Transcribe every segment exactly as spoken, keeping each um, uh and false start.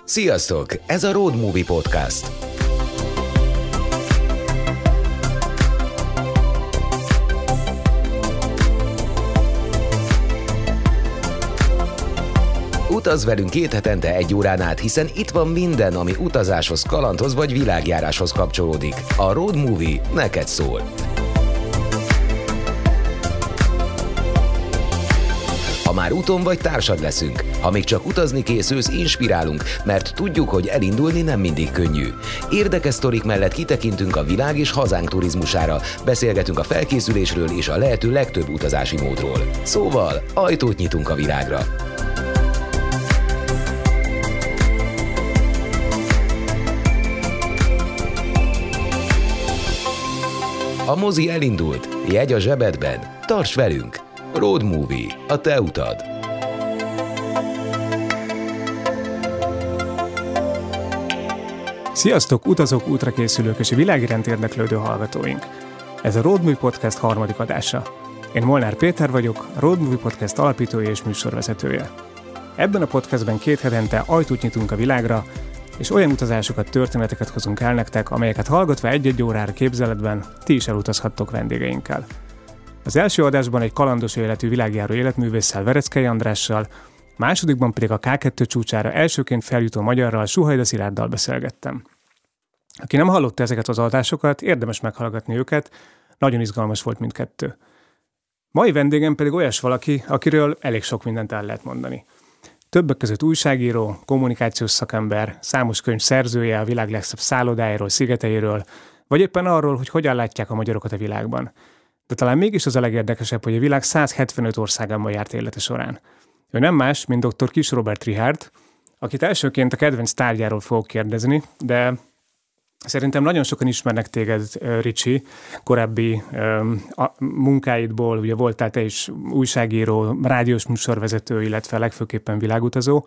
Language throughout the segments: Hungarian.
Sziasztok! Ez a Road Movie Podcast. Utazz velünk két hetente egy órán át, hiszen itt van minden, ami utazáshoz, kalandhoz vagy világjáráshoz kapcsolódik. A Road Movie neked szól. Ha már úton vagy, társad leszünk. Ha még csak utazni készülsz, inspirálunk, mert tudjuk, hogy elindulni nem mindig könnyű. Érdekes sztorik mellett kitekintünk a világ és hazánk turizmusára, beszélgetünk a felkészülésről és a lehető legtöbb utazási módról. Szóval ajtót nyitunk a világra. A mozi elindult, jegy a zsebedben, tarts velünk! Road Movie, a te utad. Sziasztok, utazók, útrakészülők és a világ iránt érdeklődő hallgatóink! Ez a Road Movie Podcast harmadik adása. Én Molnár Péter vagyok, a Road Movie Podcast alapítója és műsorvezetője. Ebben a podcastben két hetente ajtót nyitunk a világra, és olyan utazásokat, történeteket hozunk el nektek, amelyeket hallgatva egy-egy órára képzeletben ti is elutazhattok vendégeinkkel. Az első adásban egy kalandos életű világjáró életművésszel, Vereckei Andrással, másodikban pedig a ká kettő csúcsára elsőként feljutó magyarral, Suhajda Szilárddal beszélgettem. Aki nem hallotta ezeket az adásokat, érdemes meghallgatni őket, nagyon izgalmas volt mindkettő. Mai vendégem pedig olyas valaki, akiről elég sok mindent el lehet mondani. Többek között újságíró, kommunikációs szakember, számos könyv szerzője a világ legszebb szállodájáról, szigeteiről, vagy éppen arról, hogy hogyan látják a magyarokat a világban. De talán mégis az a legérdekesebb, hogy a világ száz hetvenöt országában járt élete során. Ő nem más, mint doktor Kiss Robert Richárd, akit elsőként a kedvenc tárgyáról fogok kérdezni, de szerintem nagyon sokan ismernek téged, Ricsi, korábbi um, munkáidból, ugye voltál te is újságíró, rádiós műsorvezető, illetve legfőképpen világutazó,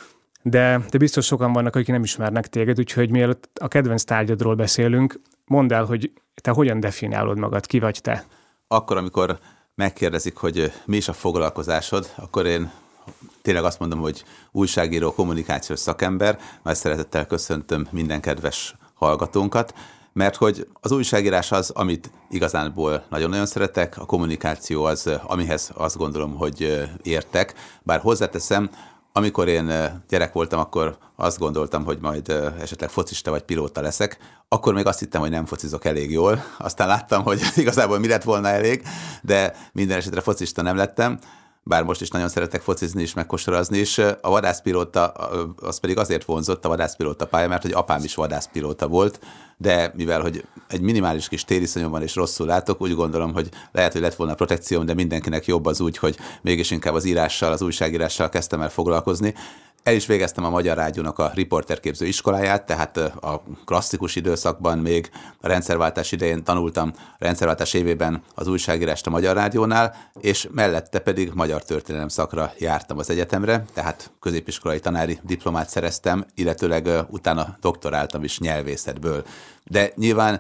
de, de biztos sokan vannak, akik nem ismernek téged, úgyhogy mielőtt a kedvenc tárgyadról beszélünk, mondd el, hogy te hogyan definiálod magad, ki vagy te? Akkor, amikor megkérdezik, hogy mi is a foglalkozásod, akkor én tényleg azt mondom, hogy újságíró, kommunikációs szakember. Nagy szeretettel köszöntöm minden kedves hallgatónkat, mert hogy az újságírás az, amit igazánból nagyon-nagyon szeretek, a kommunikáció az, amihez azt gondolom, hogy értek. Bár hozzáteszem, amikor én gyerek voltam, akkor azt gondoltam, hogy majd esetleg focista vagy pilóta leszek. Akkor még azt hittem, hogy nem focizok elég jól. Aztán láttam, hogy igazából mi lett volna elég, de minden esetre focista nem lettem. Bár most is nagyon szeretek focizni is, meg kosarazni is. A vadászpilóta, az pedig azért vonzott a vadászpilóta pálya, mert hogy apám is vadászpilóta volt, de mivel, hogy egy minimális kis tériszonyom van és rosszul látok, úgy gondolom, hogy lehet, hogy lett volna protekcióm, de mindenkinek jobb az úgy, hogy mégis inkább az írással, az újságírással kezdtem el foglalkozni. El is végeztem a Magyar Rádiónak a riporterképző iskoláját, tehát a klasszikus időszakban még a rendszerváltás idején tanultam a rendszerváltás évében az újságírást a Magyar Rádiónál, és mellette pedig magyar történelem szakra jártam az egyetemre, tehát középiskolai tanári diplomát szereztem, illetőleg utána doktoráltam is nyelvészetből. De nyilván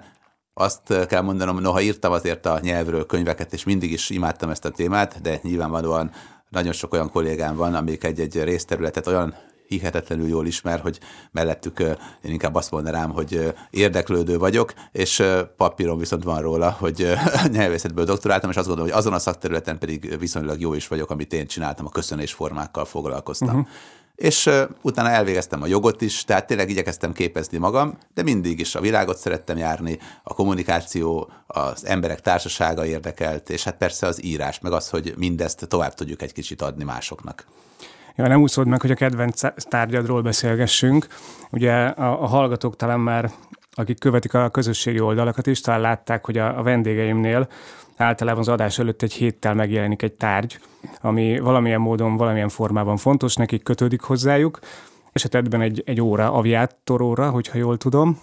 azt kell mondanom, noha írtam azért a nyelvről könyveket, és mindig is imádtam ezt a témát, de nyilvánvalóan nagyon sok olyan kollégám van, amik egy-egy részterületet olyan hihetetlenül jól ismer, hogy mellettük én inkább azt mondanám, hogy érdeklődő vagyok, és papíron viszont van róla, hogy nyelvészetből doktoráltam, és azt gondolom, hogy azon a szakterületen pedig viszonylag jó is vagyok, amit én csináltam, a köszönésformákkal foglalkoztam. Uh-huh. És uh, utána elvégeztem a jogot is, tehát tényleg igyekeztem képezni magam, de mindig is a világot szerettem járni, a kommunikáció, az emberek társasága érdekelt, és hát persze az írás, meg az, hogy mindezt tovább tudjuk egy kicsit adni másoknak. Ja, nem úszód meg, hogy a kedvenc tárgyadról beszélgessünk. Ugye a, a hallgatók talán már, akik követik a közösségi oldalakat is, talán látták, hogy a, a vendégeimnél általában az adás előtt egy héttel megjelenik egy tárgy, ami valamilyen módon, valamilyen formában fontos, nekik kötődik hozzájuk. Esetben egy, egy óra, aviátor óra, hogyha jól tudom.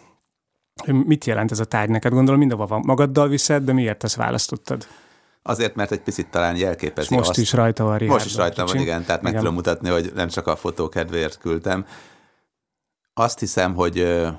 Mit jelent ez a tárgy neked? Gondolom mindenhol van magaddal viszed, de miért ezt választottad? Azért, mert egy picit talán jelképezi és most azt. is rajta van Richárd. Most is rajta van, igen, tehát meg igen. Tudom mutatni, hogy nem csak a fotó kedvéért küldtem. Azt hiszem, hogy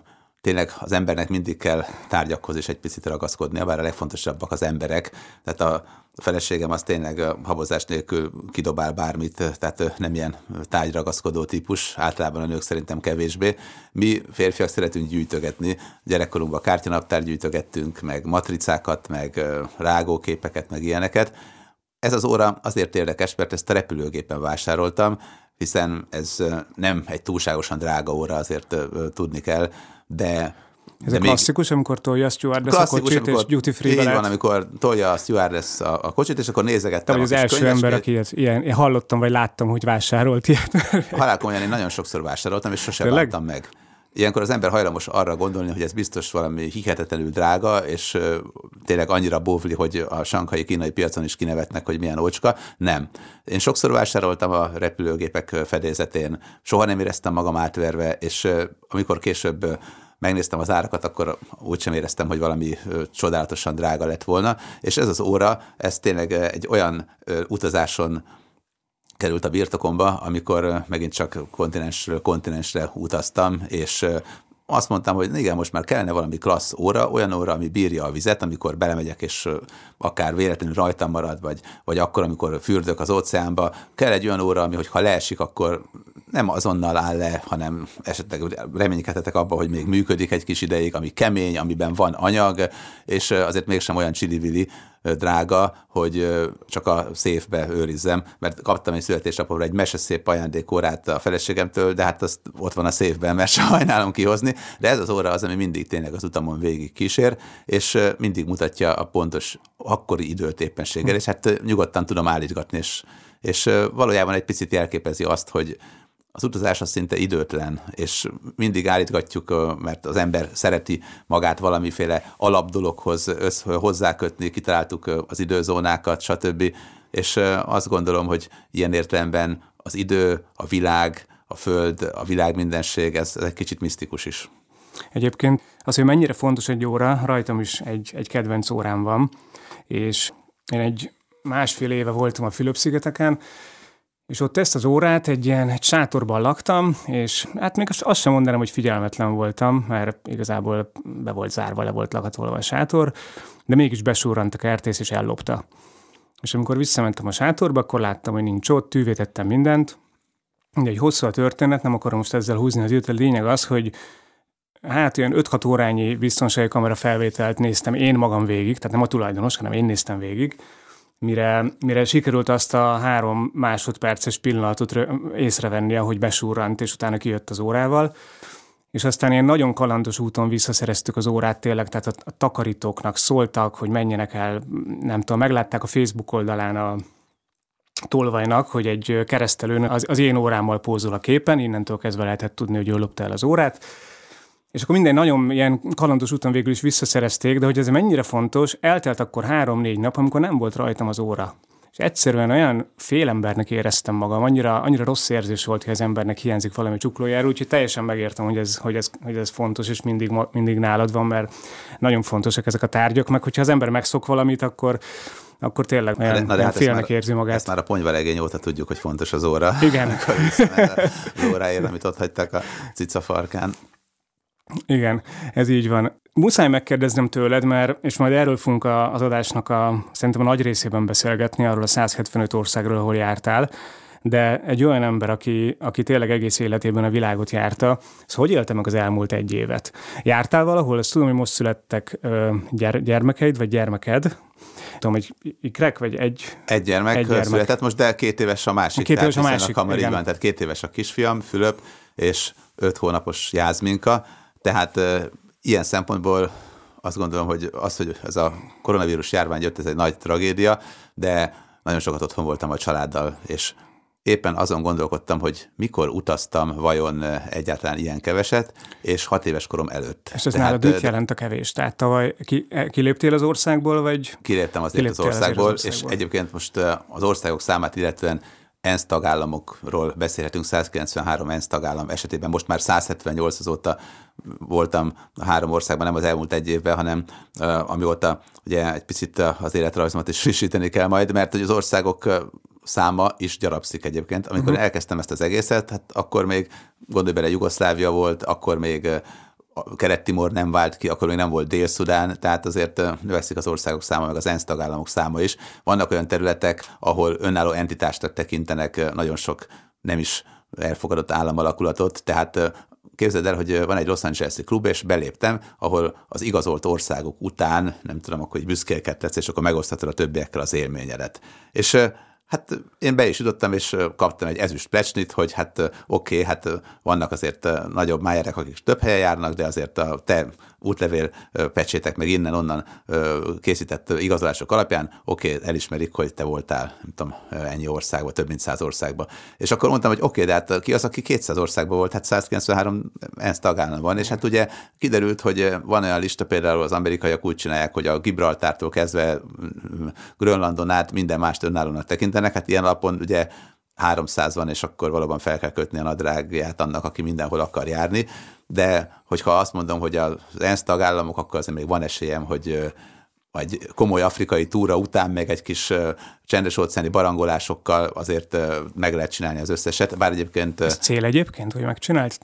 tényleg az embernek mindig kell tárgyakhoz is egy picit ragaszkodnia, bár a legfontosabbak az emberek. Tehát a feleségem az tényleg habozás nélkül kidobál bármit, tehát nem ilyen tárgyragaszkodó típus, általában a nők szerintem kevésbé. Mi férfiak szeretünk gyűjtögetni, gyerekkorunkban kártyanaptárt gyűjtögettünk, meg matricákat, meg rágóképeket, meg ilyeneket. Ez az óra azért érdekes, mert ezt a repülőgépen vásároltam, hiszen ez nem egy túlságosan drága óra, azért tudni kell, de... Ez a klasszikus, még... amikor tolja a stewardess a kocsit, és duty free-be Így lehet. van, amikor tolja a stewardess a, a kocsit, és akkor nézegettem. Te vagy az első könyvesmét. ember, aki ilyet, ilyen, én hallottam, vagy láttam, hogy vásárolt ilyet. Halálkomolyan én nagyon sokszor vásároltam, és sosem Tényleg? láttam meg. Ilyenkor az ember hajlamos arra gondolni, hogy ez biztos valami hihetetlenül drága, és uh, tényleg annyira bóvli, hogy a sanghai kínai piacon is kinevetnek, hogy milyen ócska. Nem. Én sokszor vásároltam a repülőgépek fedélzetén, soha nem éreztem magam átverve, és uh, amikor később uh, megnéztem az árakat, akkor úgysem éreztem, hogy valami uh, csodálatosan drága lett volna, és ez az óra, ez tényleg uh, egy olyan uh, utazáson került a birtokomba, amikor megint csak kontinensről kontinensre utaztam, és azt mondtam, hogy igen, most már kellene valami klassz óra, olyan óra, ami bírja a vizet, amikor belemegyek, és akár véletlenül rajtam marad, vagy, vagy akkor, amikor fürdök az óceánba. Kell egy olyan óra, ami, hogyha leesik, akkor nem azonnal áll le, hanem esetleg reménykedhetek abba, hogy még működik egy kis ideig, ami kemény, amiben van anyag, és azért mégsem olyan csili-vili drága, hogy csak a széfbe őrizzem, mert kaptam egy születésnapomra egy meseszép ajándékórát a feleségemtől, de hát azt ott van a széfben, mert sajnálom kihozni, de ez az óra az, ami mindig tényleg az utamon végig kísér, és mindig mutatja a pontos akkori időt éppenséggel, és hát nyugodtan tudom állítgatni, és, és valójában egy picit jelképezi azt, hogy az utazás az szinte időtlen, és mindig állítgatjuk, mert az ember szereti magát valamiféle alapdologhoz hozzákötni, kitaláltuk az időzónákat, stb. És azt gondolom, hogy ilyen értelemben az idő, a világ, a föld, a világ mindenség, ez egy kicsit misztikus is. Egyébként az, hogy mennyire fontos egy óra, rajtam is egy, egy kedvenc órám van, és én egy másfél éve voltam a Fülöp-szigeteken, és ott ezt az órát egy ilyen egy sátorban laktam, és hát még azt, azt sem mondanám, hogy figyelmetlen voltam, mert igazából be volt zárva, le volt lakatolva a sátor, de mégis besúrrant a kertész, és ellopta. És amikor visszamentem a sátorba, akkor láttam, hogy nincs ott, tűvétettem mindent. Ugye egy hosszú a történet, nem akarom most ezzel húzni az időt, a lényeg az, hogy hát olyan öt-hat órányi biztonsági kamera felvételt néztem én magam végig, tehát nem a tulajdonos, hanem én néztem végig, Mire, mire sikerült azt a három másodperces pillanatot észrevennie, hogy besúrrant, és utána kijött az órával. És aztán ilyen nagyon kalandos úton visszaszereztük az órát tényleg, tehát a, a takarítóknak szóltak, hogy menjenek el, nem tudom, meglátták a Facebook oldalán a tolvajnak, hogy egy keresztelőn az, az én órámmal pózol a képen, innentől kezdve lehetett tudni, hogy ő lopta el az órát. És akkor minden nagyon ilyen kalandos úton végül is visszaszerezték, de hogy ez mennyire fontos, eltelt akkor három-négy nap, amikor nem volt rajtam az óra. És egyszerűen olyan félembernek éreztem magam, annyira, annyira rossz érzés volt, hogy az embernek hiányzik valami csuklójáról, úgyhogy teljesen megértem, hogy ez, hogy ez, hogy ez fontos, és mindig, mindig nálad van, mert nagyon fontosak ezek a tárgyak, meg hogyha az ember megszok valamit, akkor akkor tényleg olyan, na, olyan hát félnek már, érzi magát. Ezt már a ponyvaregény óta tudjuk, hogy fontos az óra. Igen. Az óráért, amit ott hagytak a cica farkán. Igen, ez így van. Muszáj megkérdeznem tőled, mert, és majd erről fogunk az adásnak a, szerintem a nagy részében beszélgetni, arról a száz hetvenöt országról, ahol jártál, de egy olyan ember, aki, aki tényleg egész életében a világot járta, ez hogy élte meg az elmúlt egy évet? Jártál valahol? Azt tudom, hogy most születtek gyere, gyermekeid, vagy gyermeked? Tudom, egy ikrek, vagy egy... Egy gyermek, egy gyermek született most, de két éves a másik. Két éves a másik, a igen. Van, tehát két éves a kisfiam, Fülöp, és öt hónapos Jászminka. Tehát e, ilyen szempontból azt gondolom, hogy az, hogy ez a koronavírus járvány jött, ez egy nagy tragédia, de nagyon sokat otthon voltam a családdal, és éppen azon gondolkodtam, hogy mikor utaztam vajon egyáltalán ilyen keveset, és hat éves korom előtt. És ez nálad mit jelent a kevés? Tehát tavaly ki, kiléptél az országból, vagy? Kiléptem azért az országból, az országból, és egyébként most az országok számát illetően ENSZ tagállamokról beszélhetünk, százkilencvenhárom ENSZ tagállam esetében, most már száz hetvennyolc azóta voltam a három országban, nem az elmúlt egy évben, hanem uh, amióta ugye egy picit az életrajzomat is frissíteni kell majd, mert hogy az országok száma is gyarapszik egyébként. Amikor uh-huh. elkezdtem ezt az egészet, hát akkor még, gondolj bele, Jugoszlávia volt, akkor még Kelet-Timor nem vált ki, akkor még nem volt Dél-Szudán, tehát azért növekszik az országok száma, meg az ENSZ tagállamok száma is. Vannak olyan területek, ahol önálló entitásnak tekintenek nagyon sok nem is elfogadott államalakulatot, tehát képzeld el, hogy van egy Los Angeles-i klub, és beléptem, ahol az igazolt országok után, nem tudom, akkor így büszkélkedtetsz, és akkor megosztatod a többiekkel az élményedet. És hát én be is jutottam, és kaptam egy ezüst plecsnit, hogy hát oké, okay, hát vannak azért nagyobb májerek, akik több helyen járnak, de azért a te útlevél pecsétek meg innen-onnan készített igazolások alapján, oké, okay, elismerik, hogy te voltál, nem tudom, ennyi országban, több mint száz országban. És akkor mondtam, hogy oké, okay, de hát ki az, aki kétszáz országban volt, hát száz kilencvenhárom ENSZ tagállam van, és hát ugye kiderült, hogy van olyan lista, például az amerikaiak úgy csinálják, hogy a Gibraltártól kezdve Grönlandon át minden mást önállónak tekintenek, hát ilyen alapon ugye háromszáz van, és akkor valóban fel kell kötni a nadrágját annak, aki mindenhol akar járni, de hogyha azt mondom, hogy az ENSZ tagállamok, akkor azért még van esélyem, hogy egy komoly afrikai túra után meg egy kis csendes-óceáni barangolásokkal azért meg lehet csinálni az összeset. Bár egyébként... Ez cél egyébként, hogy megcsinált?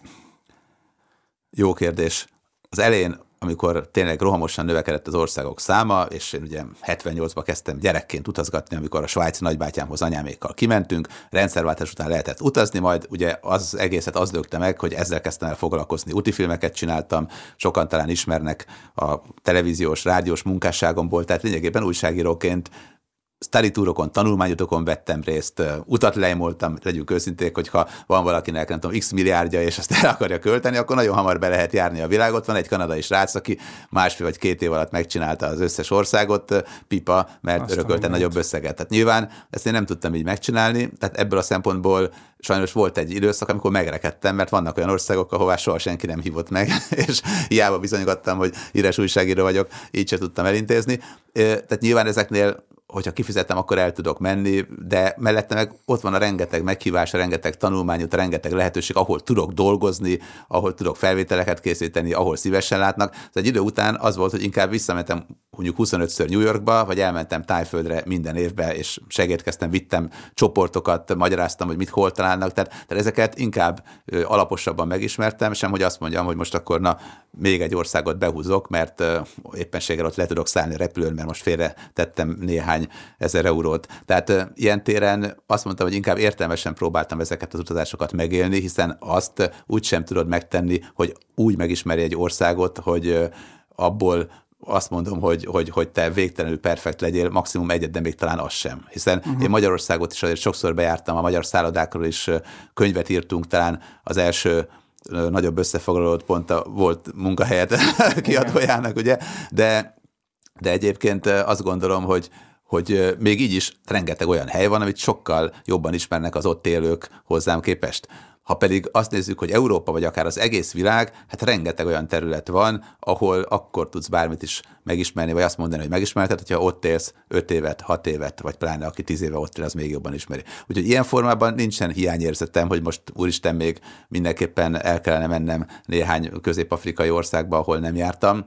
Jó kérdés. Az elején, amikor tényleg rohamosan növekedett az országok száma, és én ugye hetvennyolcban kezdtem gyerekként utazgatni, amikor a svájci nagybátyámhoz anyámékkal kimentünk, rendszerváltás után lehetett utazni, majd ugye az egészet az lökte meg, hogy ezzel kezdtem el foglalkozni. Útifilmeket csináltam, sokan talán ismernek a televíziós, rádiós munkásságomból, tehát lényegében újságíróként sztáritúrokon, tanulmányutakon vettem részt, utat lejmoltam, legyünk őszinték, hogyha van valakinek, nem tudom, x milliárdja, és azt el akarja költeni, akkor nagyon hamar be lehet járni a világot. Van egy kanadai srác, aki másfél vagy két év alatt megcsinálta az összes országot, pipa, mert azt örökölte nagyobb összeget. Tehát nyilván ezt én nem tudtam így megcsinálni, tehát ebből a szempontból sajnos volt egy időszak, amikor megrekedtem, mert vannak olyan országok, ahová soha senki nem hívott meg, és hiába bizonygattam, hogy híres újságíró vagyok, így sem tudtam elintézni. Tehát nyilván ezeknél, hogyha kifizetem, akkor el tudok menni, de mellette meg ott van a rengeteg meghívás, a rengeteg tanulmányút, a rengeteg lehetőség, ahol tudok dolgozni, ahol tudok felvételeket készíteni, ahol szívesen látnak. Ez egy idő után az volt, hogy inkább visszamentem mondjuk huszonötször New Yorkba, vagy elmentem Tájföldre minden évbe, és segítkeztem, vittem csoportokat, magyaráztam, hogy mit hol találnak, tehát, tehát ezeket inkább alaposabban megismertem, sem hogy azt mondjam, hogy most akkor na, még egy országot behúzok, mert éppenséggel ott le tudok szállni a repülőn, mert most félre tettem néhány ezer eurót. Tehát ilyen téren azt mondtam, hogy inkább értelmesen próbáltam ezeket az utazásokat megélni, hiszen azt úgy sem tudod megtenni, hogy úgy megismeri egy országot, hogy abból azt mondom, hogy, hogy, hogy te végtelenül perfekt legyél, maximum egyet, de még talán az sem. Hiszen uh-huh. én Magyarországot is azért sokszor bejártam, a magyar szállodákról is könyvet írtunk, talán az első nagyobb összefoglalót pont a volt munkahelyet kiadójának, ugye, de, de egyébként azt gondolom, hogy hogy még így is rengeteg olyan hely van, amit sokkal jobban ismernek az ott élők hozzám képest. Ha pedig azt nézzük, hogy Európa, vagy akár az egész világ, hát rengeteg olyan terület van, ahol akkor tudsz bármit is megismerni, vagy azt mondani, hogy megismerted, hogyha ott élsz öt évet, hat évet, vagy pláne aki tíz éve ott él, az még jobban ismeri. Úgyhogy ilyen formában nincsen hiányérzetem, hogy most úristen még mindenképpen el kellene mennem néhány közép-afrikai országba, ahol nem jártam,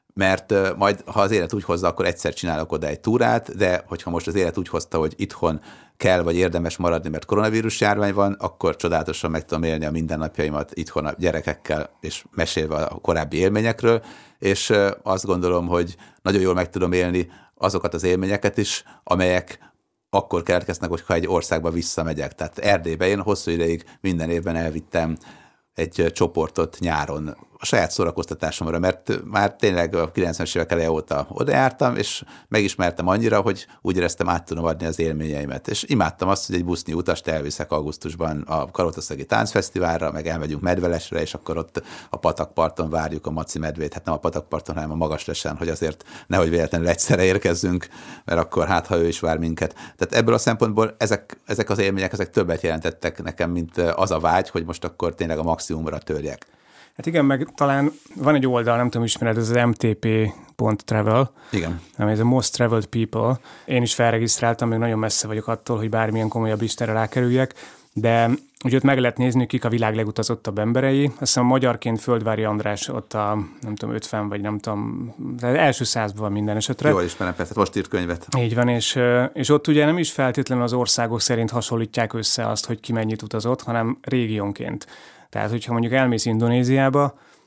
mert majd, ha az élet úgy hozza, akkor egyszer csinálok oda egy túrát, de hogyha most az élet úgy hozta, hogy itthon kell, vagy érdemes maradni, mert koronavírus járvány van, akkor csodálatosan meg tudom élni a mindennapjaimat itthon a gyerekekkel, és mesélve a korábbi élményekről, és azt gondolom, hogy nagyon jól meg tudom élni azokat az élményeket is, amelyek akkor keletkeznek, hogyha egy országba visszamegyek. Tehát Erdélybe én hosszú ideig minden évben elvittem egy csoportot nyáron a saját szórakoztatásomra, mert már tényleg a kilencvenes évek eleje óta oda jártam, és megismertem annyira, hogy úgy éreztem, át tudom adni az élményeimet. És imádtam azt, hogy egy busznyi utast elviszek augusztusban a Kalotaszegi Táncfesztiválra, meg elmegyünk Medvelesre, és akkor ott a patakparton várjuk a maci medvét, hát nem a patakparton, hanem a Magaslesen, hogy azért nehogy véletlenül egyszerre érkezzünk, mert akkor hát, ha ő is vár minket. Tehát ebből a szempontból ezek, ezek az élmények, ezek többet jelentettek nekem, mint az a vágy, hogy most akkor tényleg a maximumra törjek. Hát igen, meg talán van egy oldal, nem tudom, ismered, ez az em té pé pont travel. Igen. Ami ez a Most Traveled People. Én is felregisztráltam, még nagyon messze vagyok attól, hogy bármilyen komolyabb listára rákerüljek, de úgy ott meg lehet nézni, kik a világ legutazottabb emberei. Azt hiszem magyarként Földvári András ott a, nem tudom, ötven vagy nem tudom, az első százban van minden esetre. Jól ismerem, persze, most írt könyvet. Így van, és, és ott ugye nem is feltétlenül az országok szerint hasonlítják össze azt, hogy ki mennyit utazott, hanem régiónként. Tehát, hogyha mondjuk elmész Indonéziába,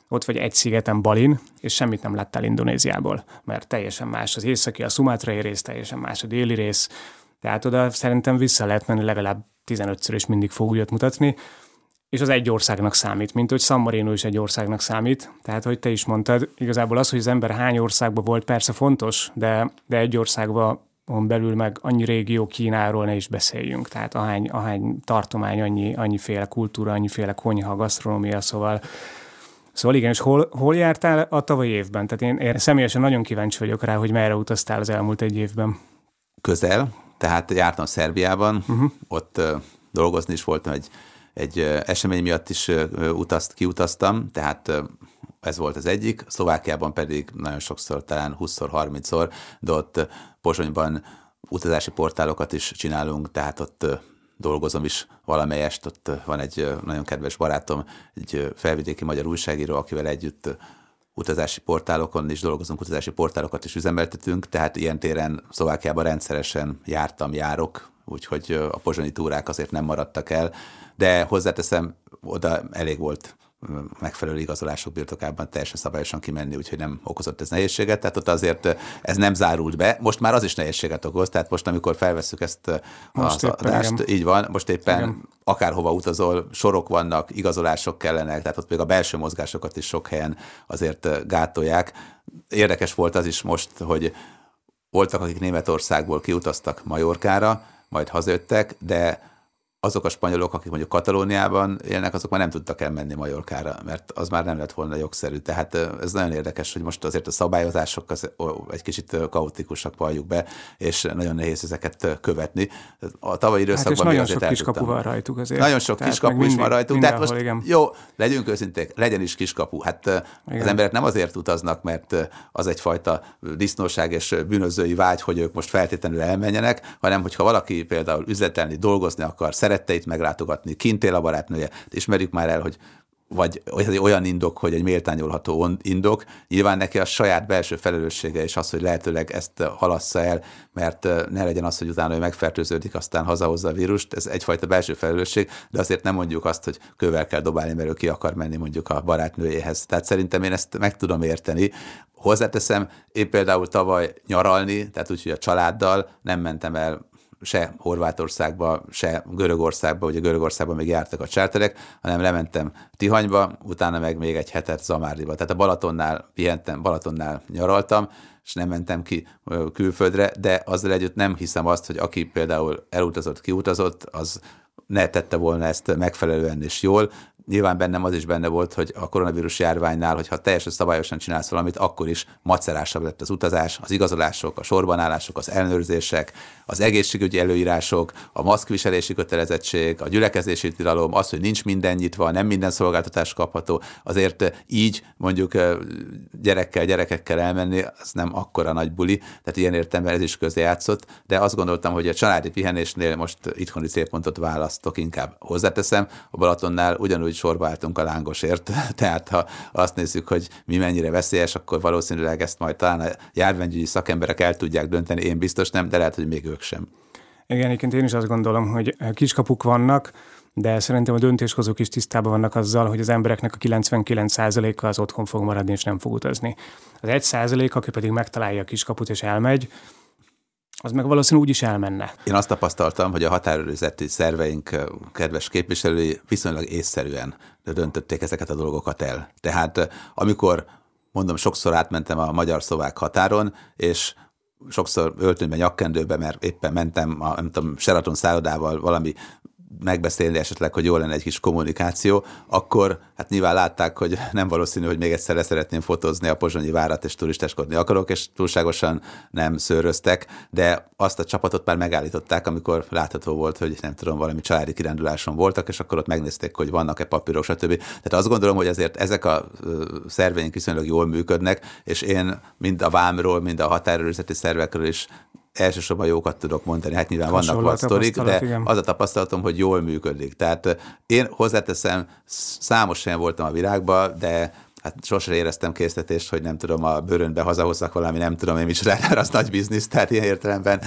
ott vagy egy szigeten, Balin, és semmit nem láttál Indonéziából, mert teljesen más az északi, a szumátrai rész, teljesen más a déli rész, tehát oda szerintem vissza lehet menni, legalább tizenötször is mindig fog újat mutatni, és az egy országnak számít, mint hogy San Marino is egy országnak számít. Tehát, hogy te is mondtad, igazából az, hogy az ember hány országban volt, persze fontos, de, de egy országban belül meg annyi régió, Kínáról ne is beszéljünk. Tehát ahány, ahány tartomány, annyi, annyiféle kultúra, annyiféle konyha, gasztronómia, szóval Szóval igen, és hol, hol jártál a tavalyi évben? Tehát én, én személyesen nagyon kíváncsi vagyok rá, hogy merre utaztál az elmúlt egy évben. Közel, tehát jártam Szerbiában, uh-huh. ott uh, dolgozni is voltam, egy, egy uh, esemény miatt is uh, utazt, kiutaztam, tehát uh, ez volt az egyik, Szlovákiában pedig nagyon sokszor, talán húszszor, harmincszor, de ott uh, Pozsonyban utazási portálokat is csinálunk, tehát ott uh, dolgozom is valamelyest, ott van egy nagyon kedves barátom, egy felvidéki magyar újságíró, akivel együtt utazási portálokon is dolgozunk, utazási portálokat is üzemeltetünk, tehát ilyen téren Szlovákiában rendszeresen jártam, járok, úgyhogy a pozsonyi túrák azért nem maradtak el, de hozzáteszem, oda elég volt megfelelő igazolások birtokában teljesen szabályosan kimenni, úgyhogy nem okozott ez nehézséget, tehát ott azért ez nem zárult be. Most már az is nehézséget okoz, tehát most, amikor felvesszük ezt most az adást, igen. Így van, most éppen igen. Akárhova utazol, sorok vannak, igazolások kellenek, tehát ott még a belső mozgásokat is sok helyen azért gátolják. Érdekes volt az is most, hogy voltak, akik Németországból kiutaztak Majorkára, majd hazajöttek, de azok a spanyolok, akik mondjuk Katalóniában élnek, azok már nem tudtak elmenni Majorkára, mert az már nem lett volna jogszerű. Tehát ez nagyon érdekes, hogy most azért a szabályozások az egy kicsit kaotikusak, valljuk be, és nagyon nehéz ezeket követni. A tavalyi időszakban hát még azért eltudtam. Nagyon sok kiskapu van rajtuk azért. Nagyon sok tehát kiskapu is van rajtuk, tehát most igen. Jó, legyünk őszinték, legyen is kiskapu. Hát igen. Az emberek nem azért utaznak, mert az egyfajta disznóság és bűnözői vágy, hogy ők most feltétlenül elmenjenek, hanem hogyha valaki például üzletelni, dolgozni akar, szeretteit meglátogatni, kint él a barátnője, ismerjük már el, hogy vagy olyan indok, hogy egy méltányolható indok, nyilván neki a saját belső felelőssége és az, hogy lehetőleg ezt halassza el, mert ne legyen az, hogy utána ő megfertőződik, aztán hazahozza a vírust, ez egyfajta belső felelősség, de azért nem mondjuk azt, hogy kővel kell dobálni, mert ő ki akar menni mondjuk a barátnőjéhez. Tehát szerintem én ezt meg tudom érteni. Hozzáteszem, én például tavaly nyaralni, tehát úgyhogy a családdal nem mentem el se Horvátországba, se Görögországba, ugye Görögországban még jártak a csárterek, hanem lementem Tihanyba, utána meg még egy hetet Zamárdiba. Tehát a Balatonnál pihentem, Balatonnál nyaraltam, és nem mentem ki külföldre, de azzal együtt nem hiszem azt, hogy aki például elutazott, kiutazott, az ne tette volna ezt megfelelően és jól. Nyilván bennem az is benne volt, hogy a koronavírus járványnál, hogyha teljesen szabályosan csinálsz valamit, akkor is macerásabb lett az utazás, az igazolások, a sorbanállások, az ellenőrzések, az egészségügyi előírások, a maszkviselési kötelezettség, a gyülekezési tilalom, az, hogy nincs minden nyitva, nem minden szolgáltatás kapható, azért így mondjuk gyerekkel, gyerekekkel elmenni, az nem akkora nagy buli, tehát ilyen értelemben ez is közrejátszott, de azt gondoltam, hogy a családi pihenésnél most itthoni célpontot választok, inkább hozzáteszem, a Balatonnál ugyanúgy sorba álltunk a lángosért, tehát ha azt nézzük, hogy mi mennyire veszélyes, akkor valószínűleg ezt majd talán a járványügyi szakemberek el tudják dönteni, én biztos nem, de lehet, hogy még ők sem. Igen, egyébként én is azt gondolom, hogy kiskapuk vannak, de szerintem a döntéshozók is tisztában vannak azzal, hogy az embereknek a kilencvenkilenc százaléka az otthon fog maradni és nem fog utazni. Az egy százalék, aki pedig megtalálja a kiskaput és elmegy, az meg valószínűleg úgy is elmenne. Én azt tapasztaltam, hogy a határőrizeti szerveink kedves képviselői viszonylag észszerűen döntötték ezeket a dolgokat el. Tehát amikor, mondom, sokszor átmentem a magyar-szlovák határon, és sokszor öltönyben, nyakkendőbe, mert éppen mentem a, nem tudom, Sheraton szállodával valami megbeszélni esetleg, hogy jó lenne egy kis kommunikáció, akkor hát nyilván látták, hogy nem valószínű, hogy még egyszer szeretném fotózni a pozsonyi várat, és turistáskodni akarok, és túlságosan nem szőröztek, de azt a csapatot már megállították, amikor látható volt, hogy nem tudom, valami családi kiránduláson voltak, és akkor ott megnézték, hogy vannak-e papírok, stb. Tehát azt gondolom, hogy azért ezek a szerveink viszonylag jól működnek, és én mind a vámról, mind a határőrizeti szervekről is elsősorban jókat tudok mondani, hát nyilván vannak vad sztorik, de igen. Az a tapasztalatom, hogy jól működik. Tehát én hozzáteszem, számos helyen voltam a világban, de hát sosem éreztem késztetést, hogy nem tudom, a bőrönbe hazahozzak valami, nem tudom én micsodára, az nagy biznisz, tehát ilyen értelemben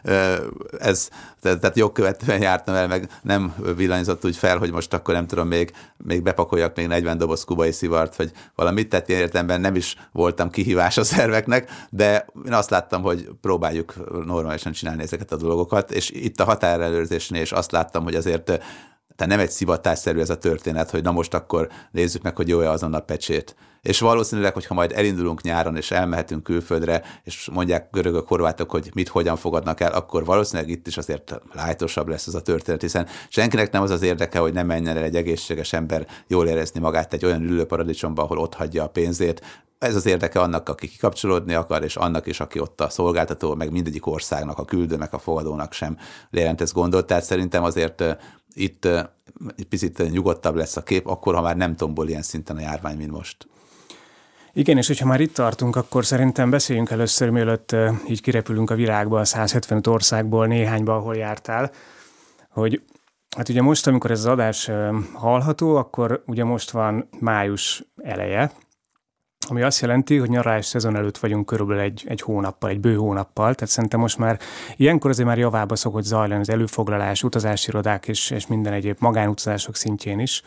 ez, tehát jogkövetően jártam el, meg nem villanyzott úgy fel, hogy most akkor nem tudom, még, még bepakoljak még negyven doboz kubai szivart, vagy valamit, tehát ilyen értelemben nem is voltam kihívás a szerveknek, de én azt láttam, hogy próbáljuk normálisan csinálni ezeket a dolgokat, és itt a határellenőrzésnél is azt láttam, hogy azért tehát nem egy szivatásszerű ez a történet, hogy na most akkor nézzük meg, hogy jó-e azon a pecsét. És valószínűleg, hogyha majd elindulunk nyáron, és elmehetünk külföldre, és mondják görögök, horvátok, hogy mit, hogyan fogadnak el, akkor valószínűleg itt is azért lájtosabb lesz ez a történet, hiszen senkinek nem az az érdeke, hogy nem menjen el egy egészséges ember jól érezni magát egy olyan ülőparadicsomban, ahol ott hagyja a pénzét. Ez az érdeke annak, aki kikapcsolódni akar, és annak is, aki ott a szolgáltató, meg mindegyik országnak, a küldőnek, a fogadónak sem jelent ez gondot. Tehát szerintem azért itt egy picit nyugodtabb lesz a kép, akkor, ha már nem tombol ilyen szinten a járvány, mint most. Igen, és hogyha már itt tartunk, akkor szerintem beszéljünk először, mielőtt így kirepülünk a világba, a száz hetvenöt országból néhányba, ahol jártál, hogy hát ugye most, amikor ez az adás hallható, akkor ugye most van május eleje, ami azt jelenti, hogy nyaralás szezon előtt vagyunk körülbelül egy, egy hónappal, egy bő hónappal, tehát szerintem most már ilyenkor azért már javába szokott zajlani az előfoglalás, utazási irodák és, és minden egyéb magánutazások szintjén is.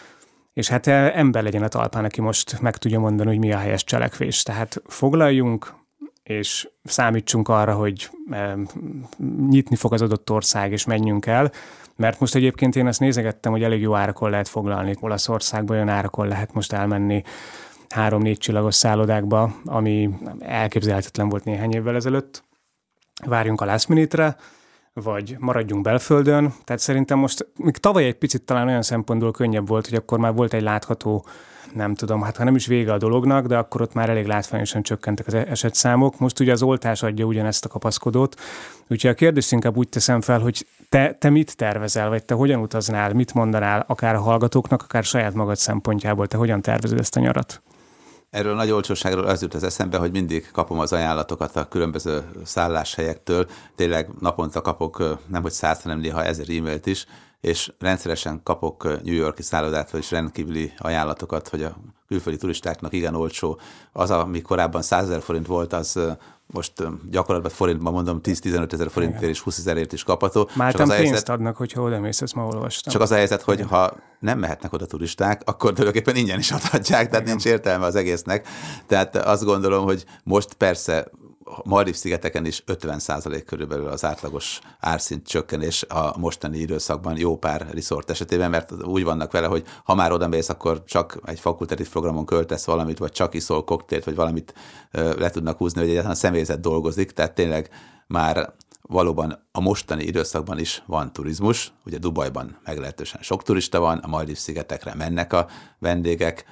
És hát ember legyen a talpán, aki most meg tudja mondani, hogy mi a helyes cselekvés. Tehát foglaljunk, és számítsunk arra, hogy e, nyitni fog az adott ország, és menjünk el, mert most egyébként én ezt nézegettem, hogy elég jó árakon lehet foglalni. Olaszországban olyan árakon lehet most elmenni, három-négy csillagos szállodákba, ami elképzelhetetlen volt néhány évvel ezelőtt. Várjunk a last minute-re, vagy maradjunk belföldön. Tehát szerintem most, még tavaly egy picit talán olyan szempontból könnyebb volt, hogy akkor már volt egy látható, nem tudom, hát ha nem is vége a dolognak, de akkor ott már elég látványosan csökkentek az esetszámok. Most ugye az oltás adja ugyanezt a kapaszkodót. Úgyhogy a kérdést inkább úgy teszem fel, hogy te, te mit tervezel, vagy te hogyan utaznál, mit mondanál akár a hallgatóknak, akár saját magad szempontjából, te hogyan tervezed ezt a nyarat? Erről a nagy olcsóságról az jut az eszembe, hogy mindig kapom az ajánlatokat a különböző szálláshelyektől. Tényleg naponta kapok nem hogy száz, hanem néha ezer e-mailt is, és rendszeresen kapok New York-i szállodától is rendkívüli ajánlatokat, hogy a külföldi turistáknak igen olcsó. Az, ami korábban százezer forint volt, az most gyakorlatban forintban mondom tíz-tizenöt ezer forintért és húszezerért is kapható. Máltán pénzt helyzet, adnak, hogyha oda mész, ezt ma olvastam. Csak az a helyzet, hogy ha nem mehetnek oda turisták, akkor tulajdonképpen ingyen is adhatják, tehát igen. Nincs értelme az egésznek. Tehát azt gondolom, hogy most persze Maldív-szigeteken is ötven százalék körülbelül az átlagos árszint csökkenés a mostani időszakban jó pár resort esetében, mert úgy vannak vele, hogy ha már oda mész, akkor csak egy fakultatív programon költesz valamit, vagy csak iszol koktélt, vagy valamit le tudnak húzni, hogy egyáltalán a személyzet dolgozik, tehát tényleg már valóban a mostani időszakban is van turizmus, ugye Dubajban meglehetősen sok turista van, a Maldív-szigetekre mennek a vendégek.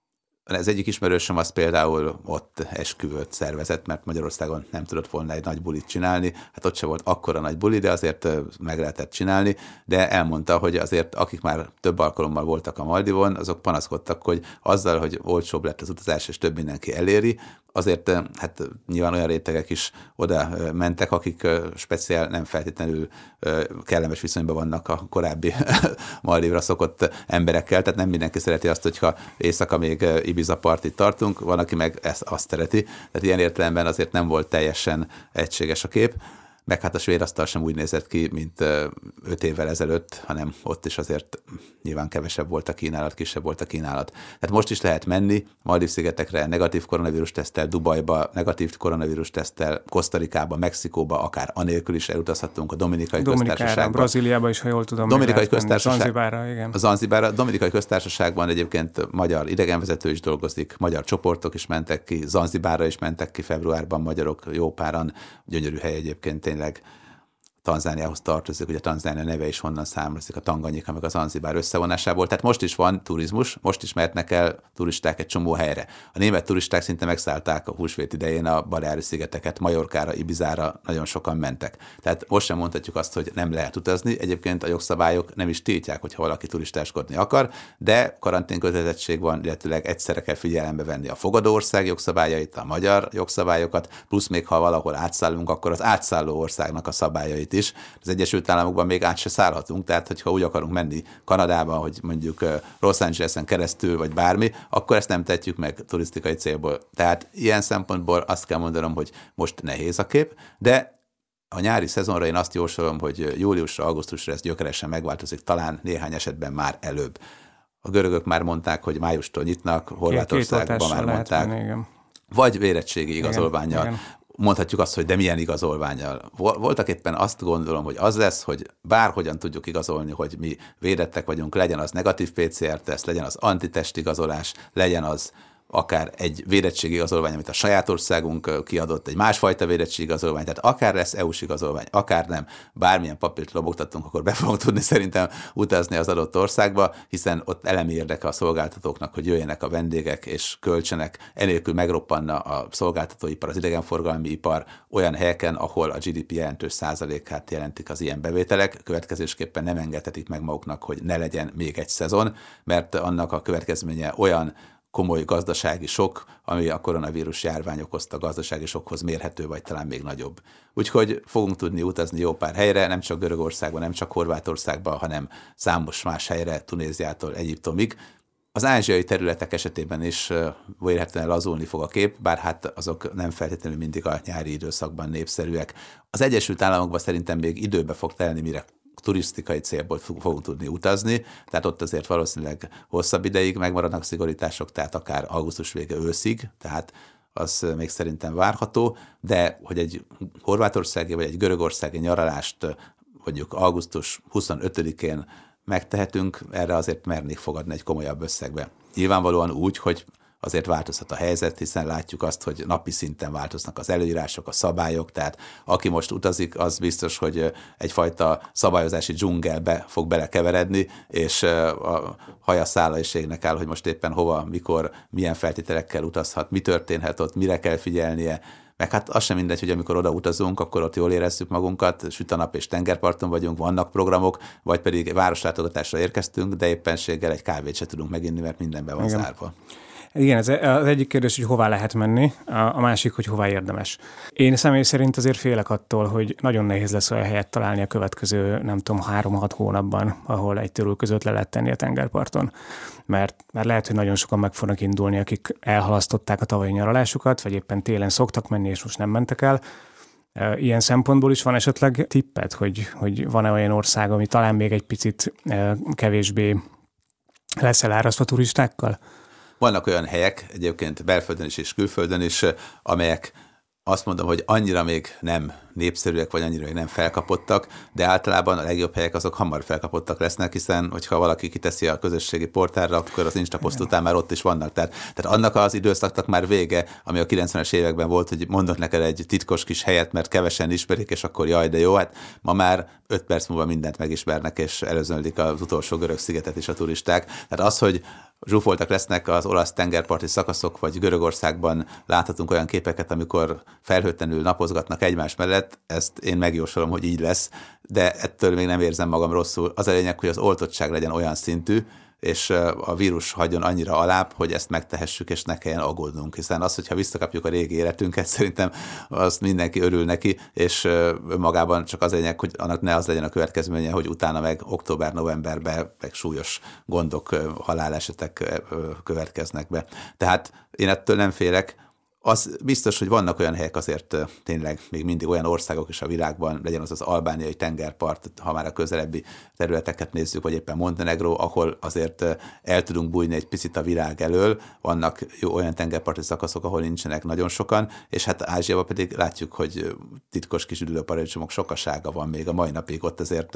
Ez egyik ismerősöm az például ott esküvőt szervezett, mert Magyarországon nem tudott volna egy nagy bulit csinálni, hát ott se volt akkora nagy buli, de azért meg lehetett csinálni, de elmondta, hogy azért akik már több alkalommal voltak a Maldivon, azok panaszkodtak, hogy azzal, hogy olcsóbb lett az utazás, és több mindenki eléri, azért hát nyilván olyan rétegek is oda mentek, akik speciál nem feltétlenül kellemes viszonyban vannak a korábbi Maldivra szokott emberekkel, tehát nem mindenki szereti azt, hogyha éjszaka még Ibiza partit tartunk, van, aki meg ezt, azt szereti, tehát ilyen értelemben azért nem volt teljesen egységes a kép. Meg hát a svéd asztal sem úgy nézett ki, mint öt évvel ezelőtt, hanem ott is azért nyilván kevesebb volt a kínálat, kisebb volt a kínálat. Tehát most is lehet menni Maldív-szigetekre negatív koronavírus teszttel, Dubajba negatív koronavírus teszttel, Kosztarikába, Mexikóba, akár anélkül is elutazhattunk a Dominikai Köztársaságban. Brazíliába is, ha jól tudom. Dominikai Köztársaság. Zanzibárra, igen. Zanzibárra, Dominikai Köztársaságban egyébként magyar idegenvezető is dolgozik, magyar csoportok is mentek ki, Zanzibárra is mentek ki februárban magyarok jó páran, gyönyörű hely egyébként. Tényleg Tanzániához tartozik, ugye Tanzánia neve is honnan származik, a Tanganyika meg az Zanzibár összevonásából. Tehát most is van turizmus, most is mehetnek el turisták egy csomó helyre. A német turisták szinte megszállták a húsvét idején a Baleári-szigeteket, Majorkára, Ibizára nagyon sokan mentek. Tehát most sem mondhatjuk azt, hogy nem lehet utazni. Egyébként a jogszabályok nem is tiltják, hogyha valaki turistáskodni akar, de karanténkötelezettség van, illetőleg egyszerre kell figyelembe venni a fogadó ország jogszabályait, a magyar jogszabályokat, plusz még ha valahol átszállunk, akkor az átszálló országnak a szabályait itt is. Az Egyesült Államokban még át se szállhatunk, tehát hogyha úgy akarunk menni Kanadába, hogy mondjuk Los Angelesen keresztül, vagy bármi, akkor ezt nem tehetjük meg turisztikai célból. Tehát ilyen szempontból azt kell mondanom, hogy most nehéz a kép, de a nyári szezonra én azt jósolom, hogy júliusra, augusztusra ez gyökeresen megváltozik, talán néhány esetben már előbb. A görögök már mondták, hogy májustól nyitnak, Horvátországban már mondták. Menni, vagy vérettségi igazolvánnyal. Igen, igen. Mondhatjuk azt, hogy de milyen igazolványal. Voltak éppen azt gondolom, hogy az lesz, hogy bárhogyan tudjuk igazolni, hogy mi védettek vagyunk, legyen az negatív pé cé er-teszt, legyen az antitest igazolás, legyen az akár egy védettségi igazolvány, amit a saját országunk kiadott, egy másfajta védettségi igazolvány, tehát akár lesz é u-s igazolvány, akár nem, bármilyen papírt lobogtatunk, akkor be fogunk tudni szerintem utazni az adott országba, hiszen ott elemi érdeke a szolgáltatóknak, hogy jöjjenek a vendégek és költsenek, enélkül megroppanna a szolgáltatóipar, az idegenforgalmi ipar olyan helyeken, ahol a gé dé pé jelentős százalékát jelentik az ilyen bevételek, következésképpen nem engedhetik meg maguknak, hogy ne legyen még egy szezon, mert annak a következménye olyan komoly gazdasági sok, ami a koronavírus járvány okozta gazdasági sokhoz mérhető, vagy talán még nagyobb. Úgyhogy fogunk tudni utazni jó pár helyre, nem csak Görögországban, nem csak Horvátországban, hanem számos más helyre, Tunéziától Egyiptomig. Az ázsiai területek esetében is vélhetően lazulni fog a kép, bár hát azok nem feltétlenül mindig a nyári időszakban népszerűek. Az Egyesült Államokban szerintem még időbe fog telni, mire turisztikai célból fogunk tudni utazni, tehát ott azért valószínűleg hosszabb ideig megmaradnak szigorítások, tehát akár augusztus vége őszig, tehát az még szerintem várható, de hogy egy horvátországi vagy egy görögországi nyaralást mondjuk augusztus huszonötödikén megtehetünk, erre azért mernék fogadni egy komolyabb összegbe. Nyilvánvalóan úgy, hogy azért változhat a helyzet, hiszen látjuk azt, hogy napi szinten változnak az előírások, a szabályok, tehát aki most utazik, az biztos, hogy egyfajta szabályozási dzsungelbe fog belekeveredni, és a haja szála is égnek áll, hogy most éppen hova, mikor, milyen feltételekkel utazhat, mi történhet ott, mire kell figyelnie, meg hát az sem mindegy, hogy amikor oda utazunk, akkor ott jól érezzük magunkat, süt a nap és tengerparton vagyunk, vannak programok, vagy pedig városlátogatásra érkeztünk, de éppenséggel egy kávét se tudunk meginni, mert mindenben van Igen. zárva. Igen, ez az egyik kérdés, hogy hová lehet menni, a másik, hogy hová érdemes. Én személy szerint azért félek attól, hogy nagyon nehéz lesz olyan helyet találni a következő, nem tudom, három-hat hónapban, ahol egy törül között le lehet tenni a tengerparton. Mert, mert lehet, hogy nagyon sokan meg fognak indulni, akik elhalasztották a tavalyi nyaralásukat, vagy éppen télen szoktak menni, és most nem mentek el. Ilyen szempontból is van esetleg tippet, hogy, hogy van-e olyan ország, ami talán még egy picit kevésbé lesz elárasztva turistákkal? Vannak olyan helyek, egyébként belföldön is és külföldön is, amelyek azt mondom, hogy annyira még nem népszerűek, vagy annyira még nem felkapottak, de általában a legjobb helyek azok hamar felkapottak lesznek, hiszen hogyha valaki kiteszi a közösségi portálra, akkor az Instapost után már ott is vannak. Tehát, tehát annak az időszaknak már vége, ami a kilencvenes években volt, hogy mondok neked egy titkos kis helyet, mert kevesen ismerik, és akkor jaj, de jó, hát ma már öt perc múlva mindent megismernek, és előzönlik az utolsó görög szigetet is a turisták. Tehát az, hogy zsúfoltak lesznek az olasz tengerparti szakaszok, vagy Görögországban láthatunk olyan képeket, amikor felhőtlenül napozgatnak egymás mellett, ezt én megjósolom, hogy így lesz, de ettől még nem érzem magam rosszul. Az a lényeg, hogy az oltottság legyen olyan szintű, és a vírus hagyjon annyira alább, hogy ezt megtehessük, és ne kelljen aggódnunk, hiszen az, hogyha visszakapjuk a régi életünket, szerintem azt mindenki örül neki, és magában csak az lényeg, hogy annak ne az legyen a következménye, hogy utána meg október-novemberben meg súlyos gondok, halálesetek következnek be. Tehát én ettől nem félek. Az biztos, hogy vannak olyan helyek azért tényleg még mindig olyan országok is a világban, legyen az az albániai tengerpart, ha már a közelebbi területeket nézzük, vagy éppen Montenegro, ahol azért el tudunk bújni egy picit a világ elől, vannak jó olyan tengerparti szakaszok, ahol nincsenek nagyon sokan, és hát Ázsiában pedig látjuk, hogy titkos kis üdülőparadicsomok sokasága van még a mai napig, ott azért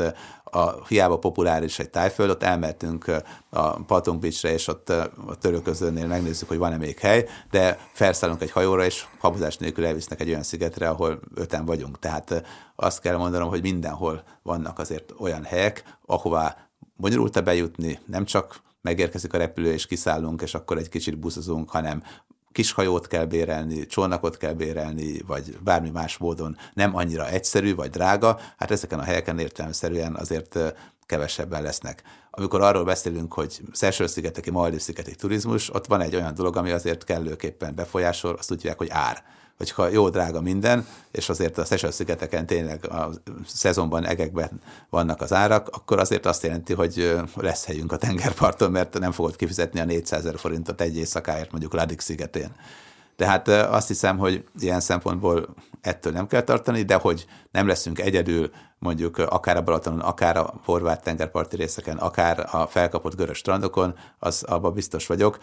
a hiába populáris egy Tájföld, ott elmertünk a Patong Beachre, és ott a Töröközönnél megnézzük, hogy van-e még hely, de felszállunk egy hajóra, és habozás nélkül elvisznek egy olyan szigetre, ahol öten vagyunk. Tehát azt kell mondanom, hogy mindenhol vannak azért olyan helyek, ahová bonyolult bejutni, nem csak megérkezik a repülő, és kiszállunk, és akkor egy kicsit buszozunk, hanem kis hajót kell bérelni, csónakot kell bérelni, vagy bármi más módon nem annyira egyszerű, vagy drága. Hát ezeken a helyeken értelemszerűen azért kevesebben lesznek. Amikor arról beszélünk, hogy Seychelles-szigeteki, Maldív-szigeteki turizmus, ott van egy olyan dolog, ami azért kellőképpen befolyásol, azt tudják, hogy ár. Hogyha jó drága minden, és azért a Seychelles-szigeteken tényleg a szezonban, egekben vannak az árak, akkor azért azt jelenti, hogy lesz helyünk a tengerparton, mert nem fogod kifizetni a négyszázezer forintot egy éjszakáért mondjuk Ladik szigetén. Tehát azt hiszem, hogy ilyen szempontból ettől nem kell tartani, de hogy nem leszünk egyedül mondjuk akár a Balatonon, akár a horvát tengerparti részeken, akár a felkapott görög strandokon, az abban biztos vagyok.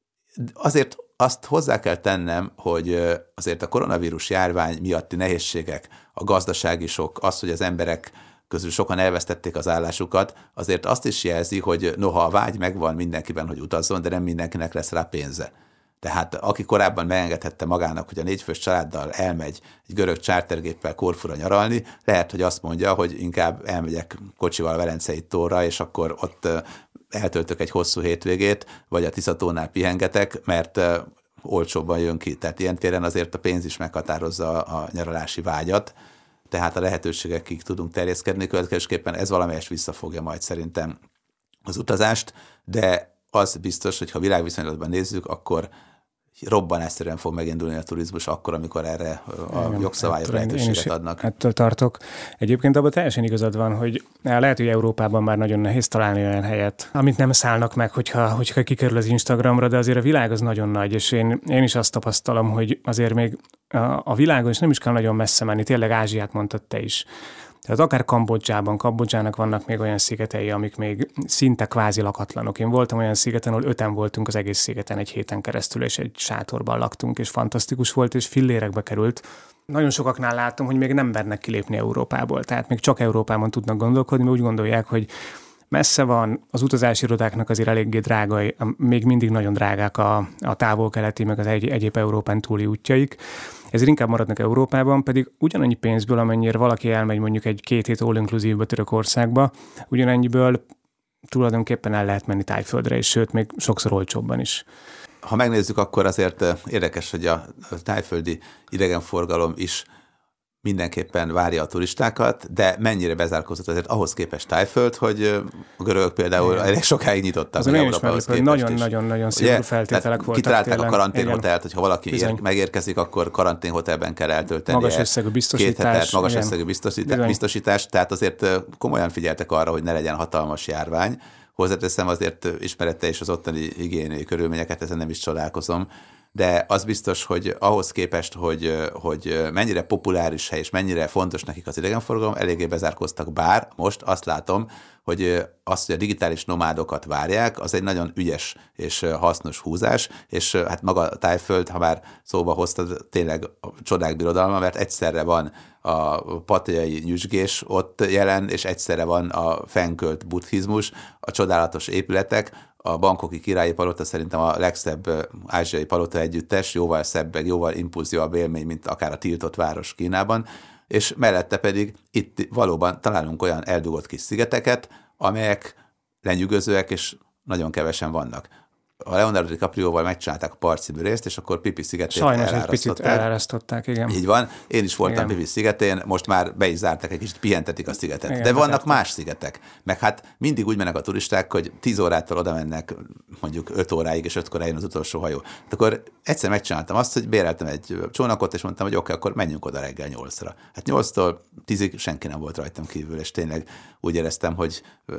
Azért azt hozzá kell tennem, hogy azért a koronavírus járvány miatti nehézségek, a gazdasági sok, az, hogy az emberek közül sokan elvesztették az állásukat, azért azt is jelzi, hogy noha a vágy megvan mindenkiben, hogy utazzon, de nem mindenkinek lesz rá pénze. Tehát aki korábban megengedhette magának, hogy a négyfős családdal elmegy egy görög chartergéppel Korfura nyaralni, lehet, hogy azt mondja, hogy inkább elmegyek kocsival Velencei tóra, és akkor ott eltöltök egy hosszú hétvégét, vagy a Tiszatónál pihengetek, mert olcsóbban jön ki. Tehát ilyen téren azért a pénz is meghatározza a nyaralási vágyat, tehát a lehetőségekig tudunk terjeszkedni, következésképpen ez valamelyest visszafogja majd szerintem az utazást, de az biztos, hogy ha világviszonylatban nézzük, akkor robbanásszerűen fog megindulni a turizmus akkor, amikor erre a igen, jogszabályok lehetőséget adnak. Ettől tartok. Egyébként abban teljesen igazad van, hogy lehet, hogy Európában már nagyon nehéz találni olyan helyet, amit nem szállnak meg, hogyha, hogyha kikerül az Instagramra, de azért a világ az nagyon nagy, és én, én is azt tapasztalom, hogy azért még a, a világon is nem is kell nagyon messze menni, tényleg Ázsiát mondtad te is. Tehát akár Kambodzsában, Kambodzsának vannak még olyan szigetei, amik még szinte kvázi lakatlanok. Én voltam olyan szigeten, ahol öten voltunk az egész szigeten egy héten keresztül, és egy sátorban laktunk, és fantasztikus volt, és fillérekbe került. Nagyon sokaknál látom, hogy még nem mernek kilépni Európából, tehát még csak Európában tudnak gondolkodni, mert úgy gondolják, hogy messze van, az utazási irodáknak azért eléggé drága, még mindig nagyon drágák a, a távol-keleti, meg az egy, egyéb Európán túli útjaik. Ezért inkább maradnak Európában, pedig ugyanannyi pénzből, amennyire valaki elmegy mondjuk egy két hét all-inclusive-ba Törökországba, ugyanennyiből tulajdonképpen el lehet menni Tájföldre, és sőt, még sokszor olcsóbban is. Ha megnézzük, akkor azért érdekes, hogy a tájföldi idegenforgalom is mindenképpen várja a turistákat, de mennyire bezárkózott azért ahhoz képest Tájföld, hogy a görögök például elég sokáig nyitottak. Az Európához képest nagyon-nagyon szigorú feltételek voltak. Kitalálták a karanténhotelt, hogyha valaki ér, megérkezik, akkor karanténhotelben kell eltölteni. Magas összegű biztosítás. Két hetet, magas összegű biztosítás, biztosítás, tehát azért komolyan figyeltek arra, hogy ne legyen hatalmas járvány. Hozzáteszem, azért ismerette is az ottani higiéniai körülményeket, ezen nem is csodálkozom. De az biztos, hogy ahhoz képest, hogy, hogy mennyire populáris hely és mennyire fontos nekik az idegenforgalom, eléggé bezárkóztak, bár most azt látom, hogy azt, hogy a digitális nomádokat várják, az egy nagyon ügyes és hasznos húzás, és hát maga a Tájföld, ha már szóba hoztad, tényleg a csodák birodalma, mert egyszerre van a pattayai nyüzsgés ott jelen, és egyszerre van a fennkölt buddhizmus, a csodálatos épületek, a bangkoki királyi palota szerintem a legszebb ázsiai palota együttes, jóval szebbek, jóval impulzívabb élmény, mint akár a tiltott város Kínában, és mellette pedig itt valóban találunk olyan eldugott kis szigeteket, amelyek lenyűgözőek, és nagyon kevesen vannak. A Leonardo DiCaprioval megcsinálták a Part című részt, és akkor Pipi szigetét elárasztották. Sajnos egy picit elárasztották, igen. Így van. Én is voltam igen. Pipi szigetén, most már be is zárták, egy kicsit pihentetik a szigetet. Igen, de vannak zártak. Más szigetek. Meg hát mindig úgy mennek a turisták, hogy tíz órától oda mennek mondjuk öt óráig, és ötkor eljön az utolsó hajó. Hát akkor egyszer megcsináltam azt, hogy béreltem egy csónakot, és mondtam, hogy oké, okay, akkor menjünk oda reggel nyolcra. Hát nyolctól tízig senki nem volt rajtam kívül, és tényleg úgy éreztem, hogy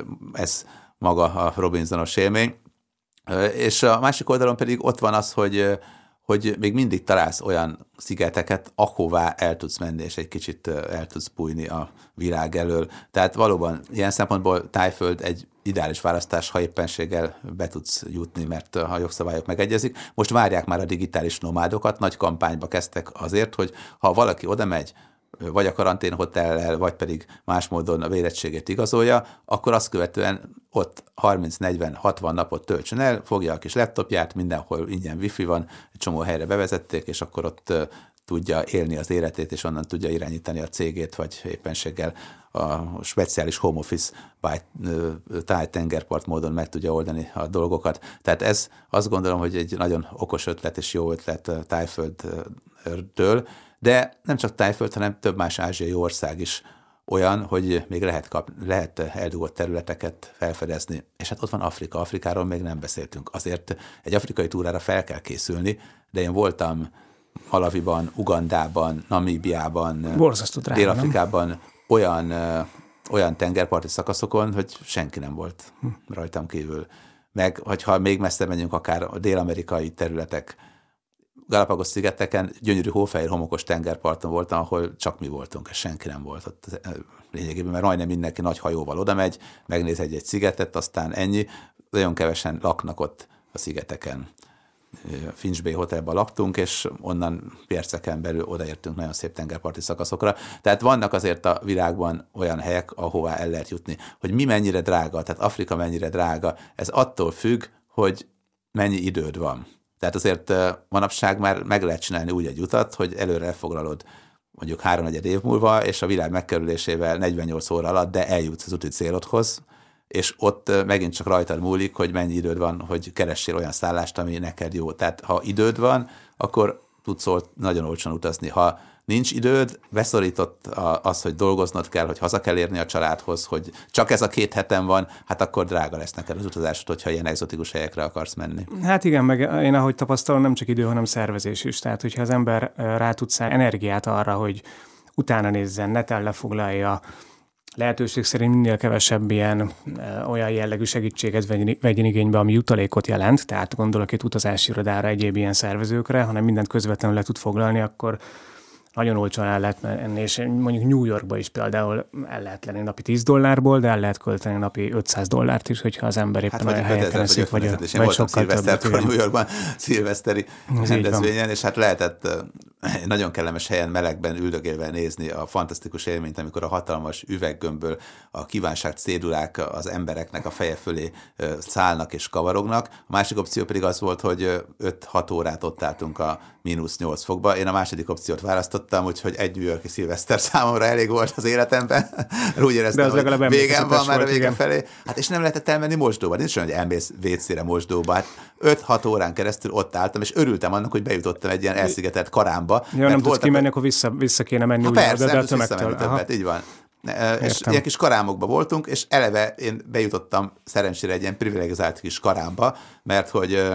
ez maga a Robinsonos élmény. És a másik oldalon pedig ott van az, hogy, hogy még mindig találsz olyan szigeteket, ahová el tudsz menni, és egy kicsit el tudsz bújni a világ elől. Tehát valóban ilyen szempontból Tájföld egy ideális választás, ha éppenséggel be tudsz jutni, mert a jogszabályok megegyezik. Most várják már a digitális nomádokat, nagy kampányba kezdtek azért, hogy ha valaki oda megy, vagy a karanténhotellel, vagy pedig más módon a vérettségét igazolja, akkor azt követően ott harminc, negyven, hatvan napot töltsön el, fogja a kis laptopját, mindenhol ingyen wifi van, egy csomó helyre bevezették, és akkor ott tudja élni az életét, és onnan tudja irányítani a cégét, vagy éppenséggel a speciális home office by táj-tengerpart módon meg tudja oldani a dolgokat. Tehát ez azt gondolom, hogy egy nagyon okos ötlet és jó ötlet Tájföldtől, de nem csak Tájföld, hanem több más ázsiai ország is olyan, hogy még lehet, kap, lehet eldugott területeket felfedezni. És hát ott van Afrika. Afrikáról még nem beszéltünk. Azért egy afrikai túrára fel kell készülni, de én voltam Malawiban, Ugandában, Namíbiában, Dél-Afrikában olyan, olyan tengerparti szakaszokon, hogy senki nem volt rajtam kívül. Meg, hogyha még messze megyünk, akár a dél-amerikai területek, Galapagos-szigeteken gyönyörű hófehér homokos tengerparton voltam, ahol csak mi voltunk, és senki nem volt ott lényegében, mert majdnem mindenki nagy hajóval oda megy, megnéz egy-egy szigetet, aztán ennyi. Nagyon kevesen laknak ott a szigeteken. Finch Bay Hotelben laktunk, és onnan perceken belül odaértünk nagyon szép tengerparti szakaszokra. Tehát vannak azért a világban olyan helyek, ahová el lehet jutni. Hogy mi mennyire drága, tehát Afrika mennyire drága, ez attól függ, hogy mennyi időd van. Tehát azért manapság már meg lehet csinálni úgy egy utat, hogy előre elfoglalod mondjuk három-negyed év múlva, és a világ megkerülésével negyvennyolc óra alatt, de eljutsz az úti célodhoz, és ott megint csak rajtad múlik, hogy mennyi időd van, hogy keressél olyan szállást, ami neked jó. Tehát ha időd van, akkor tudsz nagyon olcsón utazni. Ha nincs időd, beszorított az, hogy dolgoznod kell, hogy haza kell érni a családhoz, hogy csak ez a két hetem van, hát akkor drága lesz neked az utazásod, hogyha ilyen egzotikus helyekre akarsz menni. Hát igen, meg én ahogy tapasztalom, nem csak idő, hanem szervezés is. Tehát, hogyha az ember rá tud szállni energiát arra, hogy utána nézzen, neten lefoglalja, lehetőség szerint minél kevesebb ilyen e, olyan jellegű segítséget vegyen, vegyen igénybe, ami jutalékot jelent, tehát gondolok itt utazási irodára, egyéb ilyen szervezőkre, hanem mindent közvetlenül le tud foglalni, akkor nagyon olcsón el lehet menni, és mondjuk New Yorkba is például el lehet lenni napi tíz dollárból, de el lehet költeni napi ötszáz dollárt is, hogyha az ember éppen hát olyan helyen keresik, vagy, vagy, vagy sokkal többet. New Yorkban szilveszteri rendezvényen, és hát lehetett nagyon kellemes helyen melegben üldögélve nézni a fantasztikus élményt, amikor a hatalmas üveggömbből a kívánság cédulák az embereknek a feje fölé szállnak és kavarognak. A másik opció pedig az volt, hogy öt-hat órát ott álltunk a mínusz nyolc fokba. Én a második opciót választottam, úgyhogy egy New York-i szilveszter számomra elég volt az életemben. Úgy éreztem, hogy végem van már a vége felé. Hát és nem lehetett elmenni mosdóba. Nincs olyan, hogy elmész vécére mosdóba. Hát öt-hat órán keresztül ott álltam, és örültem annak, hogy bejutottam egy ilyen elszigetelt Karámba. Ja, nem tudsz kimenni, akkor vissza, vissza kéne menni. Ha persze, nem tudsz visszamenni többet, így van. Értem. És ilyen kis karámokban voltunk, és eleve én bejutottam szerencsére egy ilyen privilegizált kis karámba, mert hogy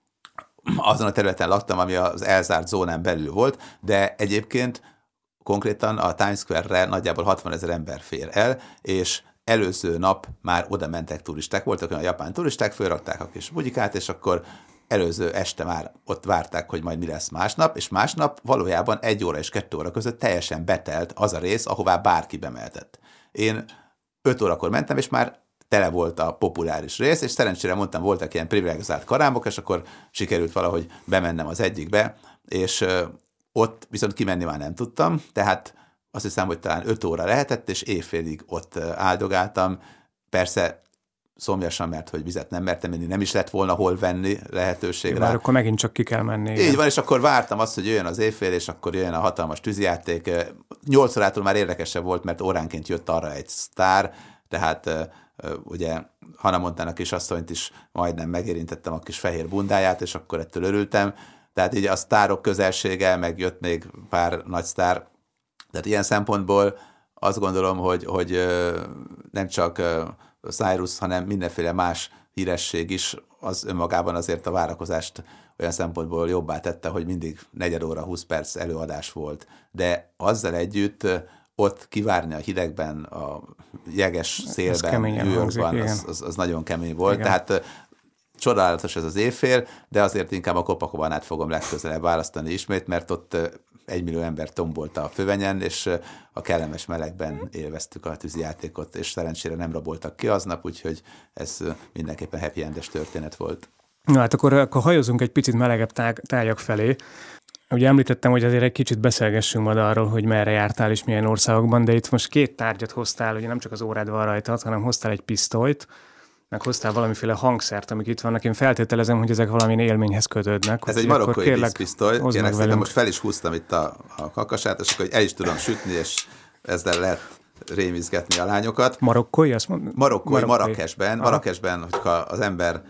azon a területen laktam, ami az elzárt zónán belül volt, de egyébként konkrétan a Times Square-re nagyjából hatvanezer ember fér el, és előző nap már oda mentek turisták. Voltak olyan japán turisták, fölrakták a kis bugyikát, és akkor előző este már ott várták, hogy majd mi lesz másnap, és másnap valójában egy óra és kettő óra között teljesen betelt az a rész, ahová bárki bemehetett. Én öt órakor mentem, és már tele volt a populáris rész, és szerencsére mondtam, voltak ilyen privilegizált karámok, és akkor sikerült valahogy bemennem az egyikbe, és ott viszont kimenni már nem tudtam, tehát azt hiszem, hogy talán öt óra lehetett, és éjfélig ott áldogáltam. Persze szomjasan, mert hogy vizet nem mertem menni, nem is lett volna hol venni lehetőség rá. Már akkor megint csak ki kell menni. Így igen. Van, és akkor vártam azt, hogy jöjjön az éjfél, és akkor jöjjön a hatalmas tűzijáték. Nyolc órától már érdekesebb volt, mert óránként jött arra egy sztár, tehát ugye Hannah Montana kisasszonyt is majdnem megérintettem a kis fehér bundáját, és akkor ettől örültem. Tehát így a sztárok közelsége, meg jött még pár nagy sztár. Tehát ilyen szempontból azt gondolom, hogy, hogy nem csak Cyrus, hanem mindenféle más híresség is az önmagában azért a várakozást olyan szempontból jobbá tette, hogy mindig negyed óra, húsz perc előadás volt. De azzal együtt ott kivárni a hidegben, a jeges szélben, New Yorkban, az, az, az nagyon kemény volt. Igen. Tehát csodálatos ez az évfél, de azért inkább a Copacabanát fogom legközelebb választani ismét, mert ott egymillió ember tombolt a Fövenyen, és a kellemes melegben élveztük a tűzijátékot, és szerencsére nem raboltak ki aznap, úgyhogy ez mindenképpen happy endes történet volt. Na hát akkor, akkor hajozunk egy picit melegebb tájak felé. Ugye említettem, hogy azért egy kicsit beszélgessünk majd arról, hogy merre jártál és milyen országokban, de itt most két tárgyat hoztál, ugye nem csak az órád van rajtad, hanem hoztál egy pisztolyt, meg hoztál valamiféle hangszert, amik itt vannak. Én feltételezem, hogy ezek valamilyen élményhez kötődnek. Ez egy marokkói vízpisztoly. Kérlek szépen, most fel is húztam itt a, a kakasát, és akkor el is tudom sütni, és ezzel lehet rémizgetni a lányokat. Marokkói, azt mondod? Marokkói, Marakesben. Marakesben, hogyha az ember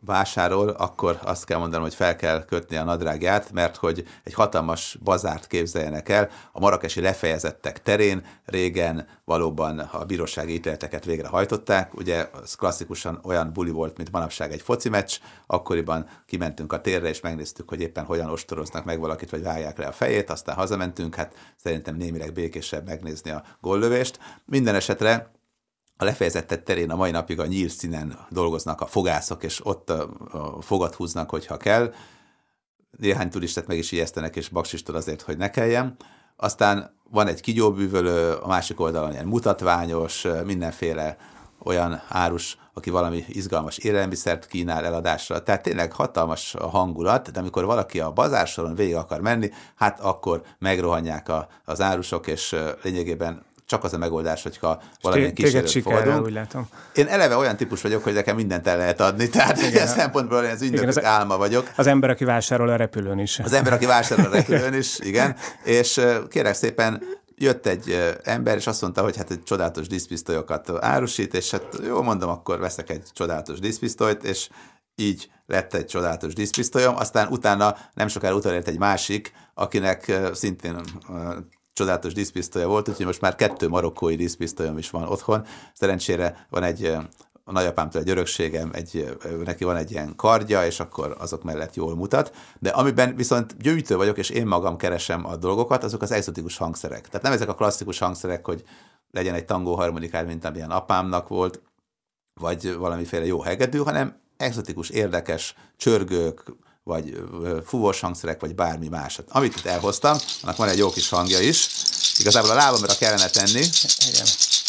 vásárol, akkor azt kell mondanom, hogy fel kell kötni a nadrágját, mert hogy egy hatalmas bazárt képzeljenek el a marrakesi lefejezettek terén. Régen valóban a bírósági ítéleteket végrehajtották, ugye az klasszikusan olyan buli volt, mint manapság egy foci meccs, akkoriban kimentünk a térre, és megnéztük, hogy éppen hogyan ostoroznak meg valakit, vagy vágják le a fejét, aztán hazamentünk, hát szerintem némileg békésebb megnézni a góllövést. Minden esetre a lefejezettek terén a mai napig a nyír színen dolgoznak a fogászok, és ott a, a fogat húznak, hogyha kell. Néhány turistát meg is ijesztenek, és baksistól azért, hogy ne kelljen. Aztán van egy kigyóbűvölő, a másik oldalon ilyen mutatványos, mindenféle olyan árus, aki valami izgalmas élelmiszert kínál eladásra. Tehát tényleg hatalmas a hangulat, de amikor valaki a bazársoron végig akar menni, hát akkor megrohanják a, az árusok, és lényegében csak az a megoldás, hogyha valamilyen kísérőt fogadunk. Úgy látom. Én eleve olyan típus vagyok, hogy nekem mindent el lehet adni, tehát ilyen szempontból én az ügynökök igen, álma vagyok. Az ember, aki vásárol a repülőn is. Az ember, aki vásárol a repülőn is, igen. És kérek szépen, jött egy ember, és azt mondta, hogy hát egy csodálatos díszpisztolyokat árusít, és hát jó, mondom, akkor veszek egy csodálatos díszpisztolyt, és így lett egy csodálatos díszpisztolyom. Aztán utána nem sokára utolért egy másik, akinek szintén csodálatos díszpisztolya volt, úgyhogy most már kettő marokkói díszpisztolyom is van otthon. Szerencsére van egy, a nagyapámtól egy örökségem, egy, neki van egy ilyen kardja, és akkor azok mellett jól mutat. De amiben viszont gyűjtő vagyok, és én magam keresem a dolgokat, azok az egzotikus hangszerek. Tehát nem ezek a klasszikus hangszerek, hogy legyen egy tangó harmonikár, mint amilyen apámnak volt, vagy valamiféle jó hegedű, hanem egzotikus, érdekes csörgők, vagy fúvós hangszerek, vagy bármi másat. Amit itt elhoztam, annak van egy jó kis hangja is. Igazából a lábamra kellene tenni. Igen.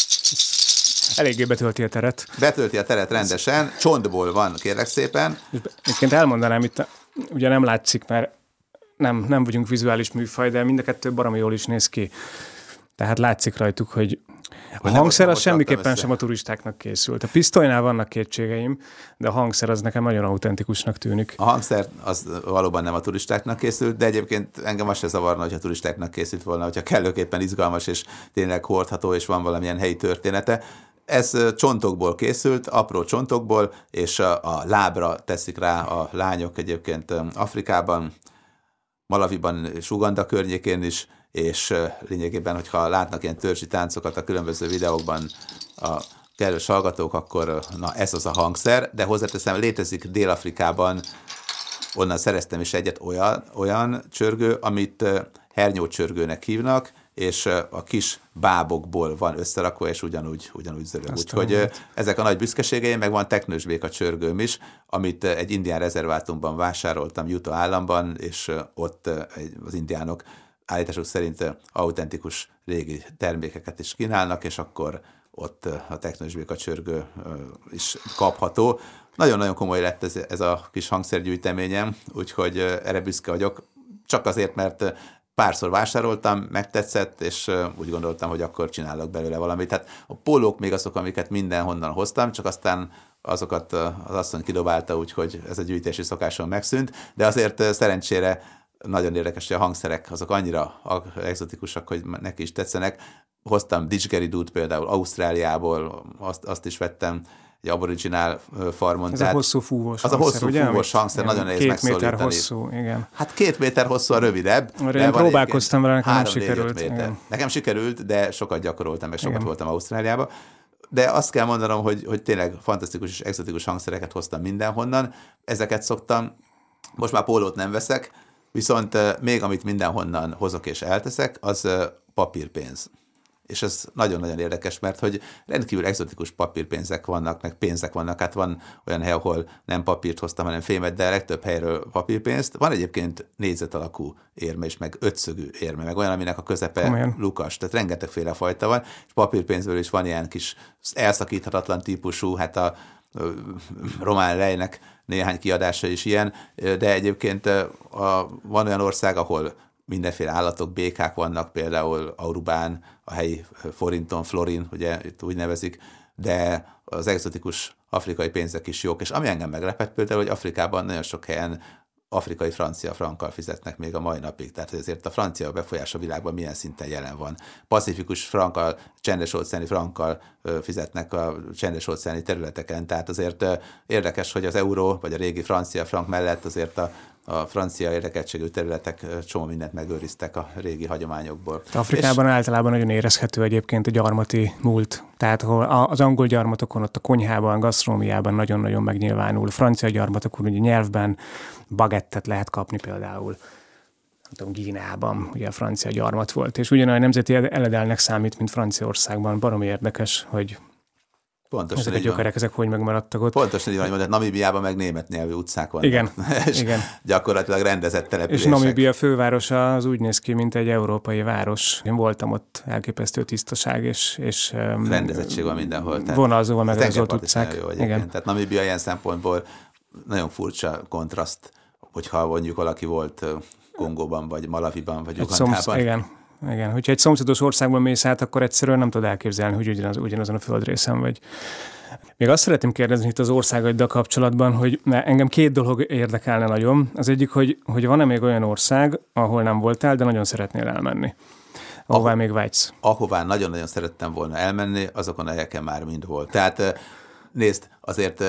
Eléggé betölti a teret. Betölti a teret rendesen. Csontból van, kérlek szépen. Egyébként elmondanám itt, ugye nem látszik, mert nem, nem vagyunk vizuális műfaj, de mind a kettő baromi jól is néz ki. Tehát látszik rajtuk, hogy a hangszer az semmiképpen sem a turistáknak készült. A pisztolynál vannak kétségeim, de a hangszer az nekem nagyon autentikusnak tűnik. A hangszer az valóban nem a turistáknak készült, de egyébként engem az se zavarna, hogyha turistáknak készült volna, hogyha kellőképpen izgalmas és tényleg hordható, és van valamilyen helyi története. Ez csontokból készült, apró csontokból, és a, a lábra teszik rá a lányok egyébként Afrikában, Malaviban és Uganda környékén is, és lényegében, hogyha látnak ilyen törzsi táncokat a különböző videókban a kedves hallgatók, akkor na ez az a hangszer, de hozzáteszem, létezik Dél-Afrikában, onnan szereztem is egyet olyan, olyan csörgő, amit hernyócsörgőnek hívnak, és a kis bábokból van összerakva, és ugyanúgy, ugyanúgy zörög. Úgyhogy ezek a nagy büszkeségeim, meg van teknősbéka csörgőm is, amit egy indián rezervátumban vásároltam Utah államban, és ott az indiánok állítások szerint autentikus régi termékeket is kínálnak, és akkor ott a teknősbéka csörgő is kapható. Nagyon-nagyon komoly lett ez, ez a kis hangszergyűjteményem, úgyhogy erre büszke vagyok. Csak azért, mert párszor vásároltam, megtetszett, és úgy gondoltam, hogy akkor csinálok belőle valamit. Tehát a pólók még azok, amiket mindenhonnan hoztam, csak aztán azokat az asszony kidobálta, úgyhogy ez a gyűjtési szokáson megszűnt, de azért szerencsére nagyon érdekes, hogy a hangszerek azok annyira egzotikusak, hogy neki is tetszenek. Hoztam didgeridót például Ausztráliából, azt, azt is vettem egy aboriginál farmon. Ez tehát a hosszú fúvós az hangszer, a hosszú ugye? fúvós hangszer, nagyon nehéz megszólítani. Két méter hosszú, igen. Hát két méter hosszú a rövidebb. Én próbálkoztam vele, nekem nem sikerült. Nekem sikerült, de sokat gyakoroltam, meg sokat igen. voltam Ausztráliában. De azt kell mondanom, hogy, hogy tényleg fantasztikus és egzotikus hangszereket hoztam mindenhonnan. Ezeket szoktam. Most már pólót nem veszek, viszont még amit mindenhonnan hozok és elteszek, az papírpénz. És ez nagyon-nagyon érdekes, mert hogy rendkívül egzotikus papírpénzek vannak, meg pénzek vannak. Hát van olyan hely, ahol nem papírt hoztam, hanem fémet, de legtöbb helyről papírpénzt. Van egyébként négyzet alakú érme is, meg ötszögű érme, meg olyan, aminek a közepe Komolyan. lukas. Tehát rengetegféle fajta van, és papírpénzből is van ilyen kis elszakíthatatlan típusú, hát a Román Lejnek néhány kiadása is ilyen, de egyébként a, van olyan ország, ahol mindenféle állatok, békák vannak, például Arubán, a helyi forinton, florin, ugye itt úgy nevezik, de az egzotikus afrikai pénzek is jók, és ami engem meglepett például, hogy Afrikában nagyon sok helyen afrikai francia frankkal fizetnek még a mai napig. Tehát ezért a francia befolyás a világban milyen szinten jelen van. Pacifikus frankkal, csendes-óceáni frankkal fizetnek a csendes-óceáni területeken. Tehát azért érdekes, hogy az euró, vagy a régi francia frank mellett azért a a francia érdekeltségű területek csomó mindent megőriztek a régi hagyományokból. Afrikában és általában nagyon érezhető egyébként a gyarmati múlt. Tehát az angol gyarmatokon, ott a konyhában, a gasztronómiában nagyon-nagyon megnyilvánul. A francia gyarmatokon ugye nyelvben bagettet lehet kapni például. Nem tudom, Gíneában ugye a francia gyarmat volt. És ugyanolyan nemzeti eledelnek számít, mint Franciaországban. Baromi érdekes, hogy pontosan ezek a gyökerek, ezek hogy megmaradtak ott. Pontosan így van, hogy Namíbiában meg német nyelvű utcák vannak. Igen, és igen. Gyakorlatilag rendezett települések. És Namíbia fővárosa az úgy néz ki, mint egy európai város. Én voltam ott, elképesztő tisztaság, és... és rendezettség van mindenhol. Vonalzóval meg az ott utcák. Jó, igen. Tehát Namíbia ilyen szempontból nagyon furcsa kontraszt, hogyha mondjuk valaki volt Kongóban, vagy Malaviban, vagy Ugandában. Szomsz, igen. Igen, hogyha egy szomszédos országban mész át, akkor egyszerűen nem tudod elképzelni, hogy ugyanaz, ugyanazon a földrészen vagy. Még azt szeretném kérdezni itt az országaiddal kapcsolatban, hogy engem két dolog érdekelne nagyon. Az egyik, hogy, hogy van-e még olyan ország, ahol nem voltál, de nagyon szeretnél elmenni? Ahová ah, még vágysz? Ahová nagyon-nagyon szerettem volna elmenni, azokon a helyeken már mind volt. Tehát nézd, azért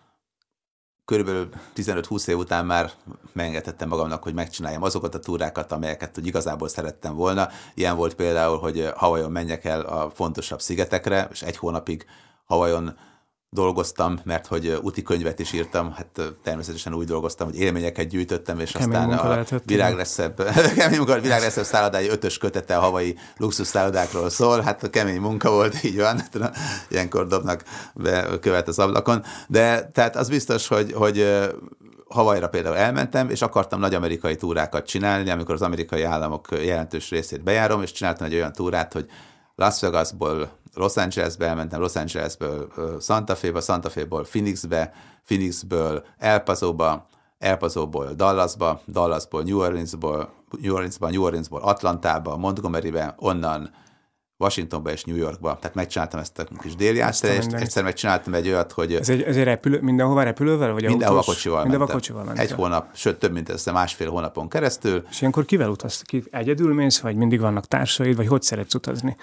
körülbelül tizenöt-húsz év után már megengedhettem magamnak, hogy megcsináljam azokat a túrákat, amelyeket úgy igazából szerettem volna. Ilyen volt például, hogy Hawaiion menjek el a fontosabb szigetekre, és egy hónapig Hawaiion dolgoztam, mert hogy úti könyvet is írtam, hát természetesen úgy dolgoztam, hogy élményeket gyűjtöttem, és kemény aztán a világlegszebb, kemény munka, világlegszebb szállodái ötös kötete a hawaii luxus szállodákról szól, hát kemény munka volt, így van, ilyenkor dobnak be követ az ablakon, de tehát az biztos, hogy, hogy Hawaii-ra például elmentem, és akartam nagy amerikai túrákat csinálni, amikor az amerikai államok jelentős részét bejárom, és csináltam egy olyan túrát, hogy Las Vegasból Los Angelesbe elmentem, Los Angelesből Santa Fe-ba, Santa Fe-ból Phoenixbe, Phoenixből El Pasoba, El Pasoból Dallasba, Dallasból New Orleansból, New Orleansba, New Orleansból Atlantába, Montgomerybe, onnan Washingtonba és New Yorkba. Tehát megcsináltam ezt a kis déli átszerelést, egyszer megcsináltam egy olyat, hogy... Ez egy, ez egy repülő, mindenhova repülővel, vagy mindenhova autós? Kocsival mindenhova kocsival mentem. Egy hónap, sőt több mint ezt másfél hónapon keresztül. És ilyenkor kivel utazsz? Ki, egyedül mész, vagy mindig vannak társaid, vagy hogy szeretsz utazni?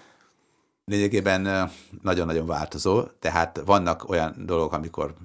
Lényegében nagyon-nagyon változó, tehát vannak olyan dolgok, amikor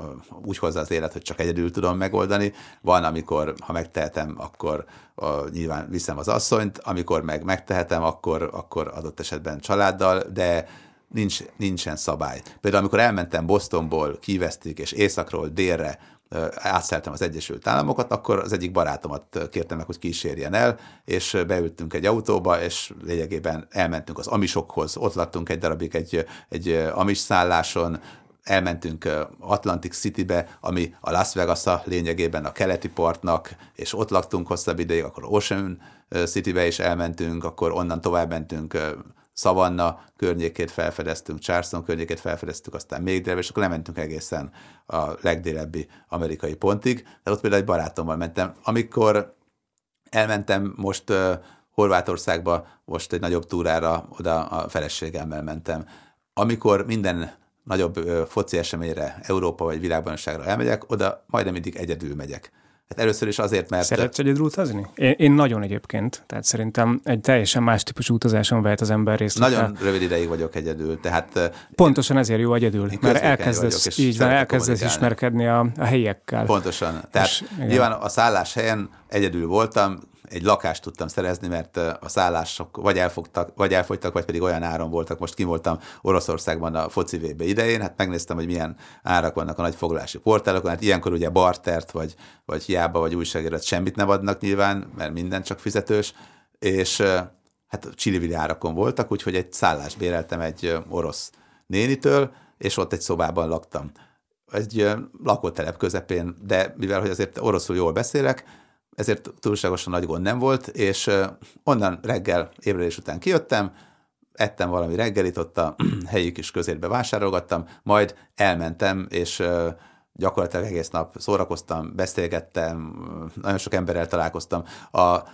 úgy hozza az élet, hogy csak egyedül tudom megoldani, van, amikor, ha megtehetem, akkor a, nyilván viszem az asszonyt, amikor meg megtehetem, akkor, akkor adott esetben családdal, de nincs, nincsen szabály. Például amikor elmentem Bostonból, Key Westig és északról délre, átszálltam az Egyesült Államokat, akkor az egyik barátomat kértem meg, hogy kísérjen el, és beültünk egy autóba, és lényegében elmentünk az amisokhoz, ott laktunk egy darabig egy, egy amis szálláson, elmentünk Atlantic Citybe, ami a Las Vegas-a lényegében a keleti partnak, és ott laktunk hosszabb ideig, akkor Ocean Citybe is elmentünk, akkor onnan tovább mentünk Savannah környékét felfedeztünk, Charleston környékét felfedeztük, aztán még délebbre, és akkor lementünk egészen a legdélebbi amerikai pontig. Tehát ott például egy barátommal mentem. Amikor elmentem most uh, Horvátországba, most egy nagyobb túrára, oda a feleségemmel mentem. Amikor minden nagyobb uh, foci eseményre, Európa vagy világbajnokságra elmegyek, oda majdnem mindig egyedül megyek. Hát először is azért, mert... Szeretsz egyedül utazni? Én, én nagyon egyébként. Tehát szerintem egy teljesen más típusú utazáson vehet az ember részt. Nagyon a... rövid ideig vagyok egyedül, tehát... Pontosan én, ezért jó egyedül, mert elkezdesz, vagyok, így van, elkezdesz ismerkedni a, a helyiekkel. Pontosan. Tehát és, nyilván a szállás helyen egyedül voltam, egy lakást tudtam szerezni, mert a szállások vagy elfogtak, vagy elfogytak, vagy pedig olyan áron voltak. Most kim voltam Oroszországban a foci vé bé idején, hát megnéztem, hogy milyen árak vannak a nagy foglalási portálokon, hát ilyenkor ugye bartert, vagy, vagy hiába, vagy újságírat semmit nem adnak nyilván, mert minden csak fizetős, és hát csili árakon voltak, úgyhogy egy szállást béreltem egy orosz nénitől, és ott egy szobában laktam. Egy lakótelep közepén, de mivel hogy azért oroszul jól beszélek, ezért túlságosan nagy gond nem volt, és onnan reggel ébredés után kijöttem, ettem valami reggelit, ott a helyi kis közérbe vásárolgattam, majd elmentem, és gyakorlatilag egész nap szórakoztam, beszélgettem, nagyon sok emberrel találkoztam. A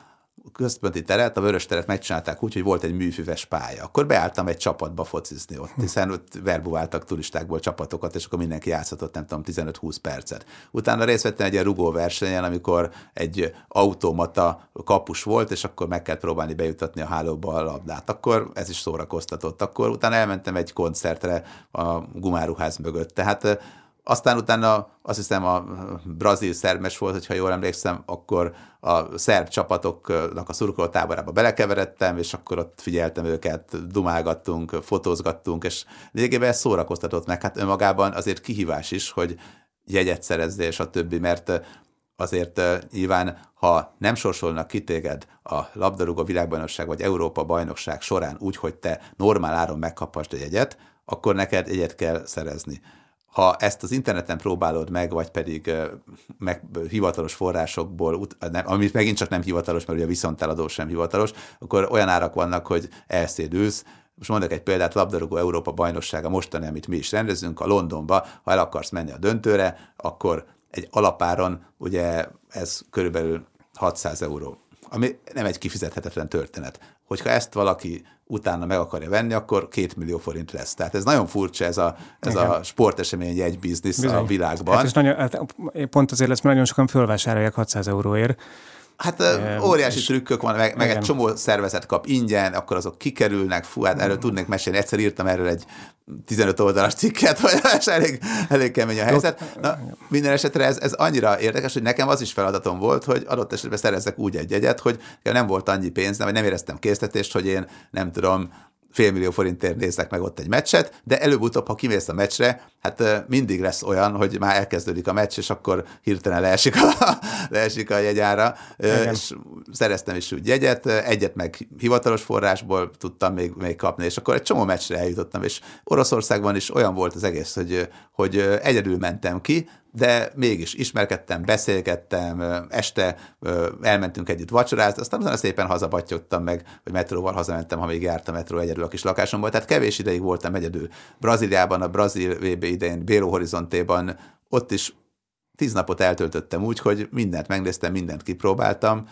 központi teret, a Vörös teret megcsinálták úgy, hogy volt egy műfüves pálya. Akkor beálltam egy csapatba focizni ott, hiszen ott verbuváltak turistákból csapatokat, és akkor mindenki játszhatott, nem tudom, tizenöt-húsz percet. Utána részt vettem egy ilyen rugóversenyen, amikor egy automata kapus volt, és akkor meg kellett próbálni bejutatni a hálóba a labdát. Akkor ez is szórakoztatott. Akkor utána elmentem egy koncertre a Gumáruház mögött. Tehát aztán utána azt hiszem a brazil szerbmes volt, hogyha jól emlékszem, akkor a szerb csapatoknak a szurkolótáborába belekeveredtem, és akkor ott figyeltem őket, dumálgattunk, fotózgattunk, és lényegében ez szórakoztatott meg. Hát önmagában azért kihívás is, hogy jegyet szerezzél, és a többi, mert azért nyilván, ha nem sorsolnak ki téged a labdarúgó világbajnokság vagy Európa bajnokság során úgy, hogy te normál áron megkaphast egy jegyet, akkor neked jegyet kell szerezni. Ha ezt az interneten próbálod meg, vagy pedig meg, hivatalos forrásokból, amit megint csak nem hivatalos, mert ugye a viszonteladó sem hivatalos, akkor olyan árak vannak, hogy elszédülsz. Most mondok egy példát, labdarúgó Európa bajnoksága mostani, amit mi is rendezünk, a Londonba, ha el akarsz menni a döntőre, akkor egy alapáron ugye ez körülbelül hatszáz euró, ami nem egy kifizethetetlen történet. Hogyha ezt valaki utána meg akarja venni, akkor két millió forint lesz. Tehát ez nagyon furcsa, ez a, ez a sportesemény egy biznisz Bizony. A világban. Hát és nagyon, hát pont azért lesz, mert nagyon sokan fölvásárolják hatszáz euróért. Hát e, óriási és, trükkök van, meg, meg egy csomó szervezet kap ingyen, akkor azok kikerülnek, fú, hát erről tudnék mesélni. Egyszer írtam erről egy tizenöt oldalas cikket, hogy elég, elég kemény a helyzet. Na, minden esetre ez, ez annyira érdekes, hogy nekem az is feladatom volt, hogy adott esetben szerezzek úgy egy jegyet, hogy nem volt annyi pénz, vagy nem éreztem késztetést, hogy én nem tudom, félmillió forintért nézzek meg ott egy meccset, de előbb-utóbb, ha kimész a meccsre, hát mindig lesz olyan, hogy már elkezdődik a meccs, és akkor hirtelen leesik a, leesik a jegyára, igen. És szereztem is úgy jegyet, egyet meg hivatalos forrásból tudtam még, még kapni, és akkor egy csomó meccsre eljutottam, és Oroszországban is olyan volt az egész, hogy, hogy egyedül mentem ki, de mégis ismerkedtem, beszélgettem, este elmentünk együtt vacsorázni, aztán utána szépen hazabattyogtam meg, vagy metróval hazamentem, ha még járt a metró egyedül a kis lakásomból. Tehát kevés ideig voltam egyedül. Brazíliában, a brazil vé bé idején, Belo Horizontéban, ott is tíz napot eltöltöttem úgy, hogy mindent megnéztem, mindent kipróbáltam.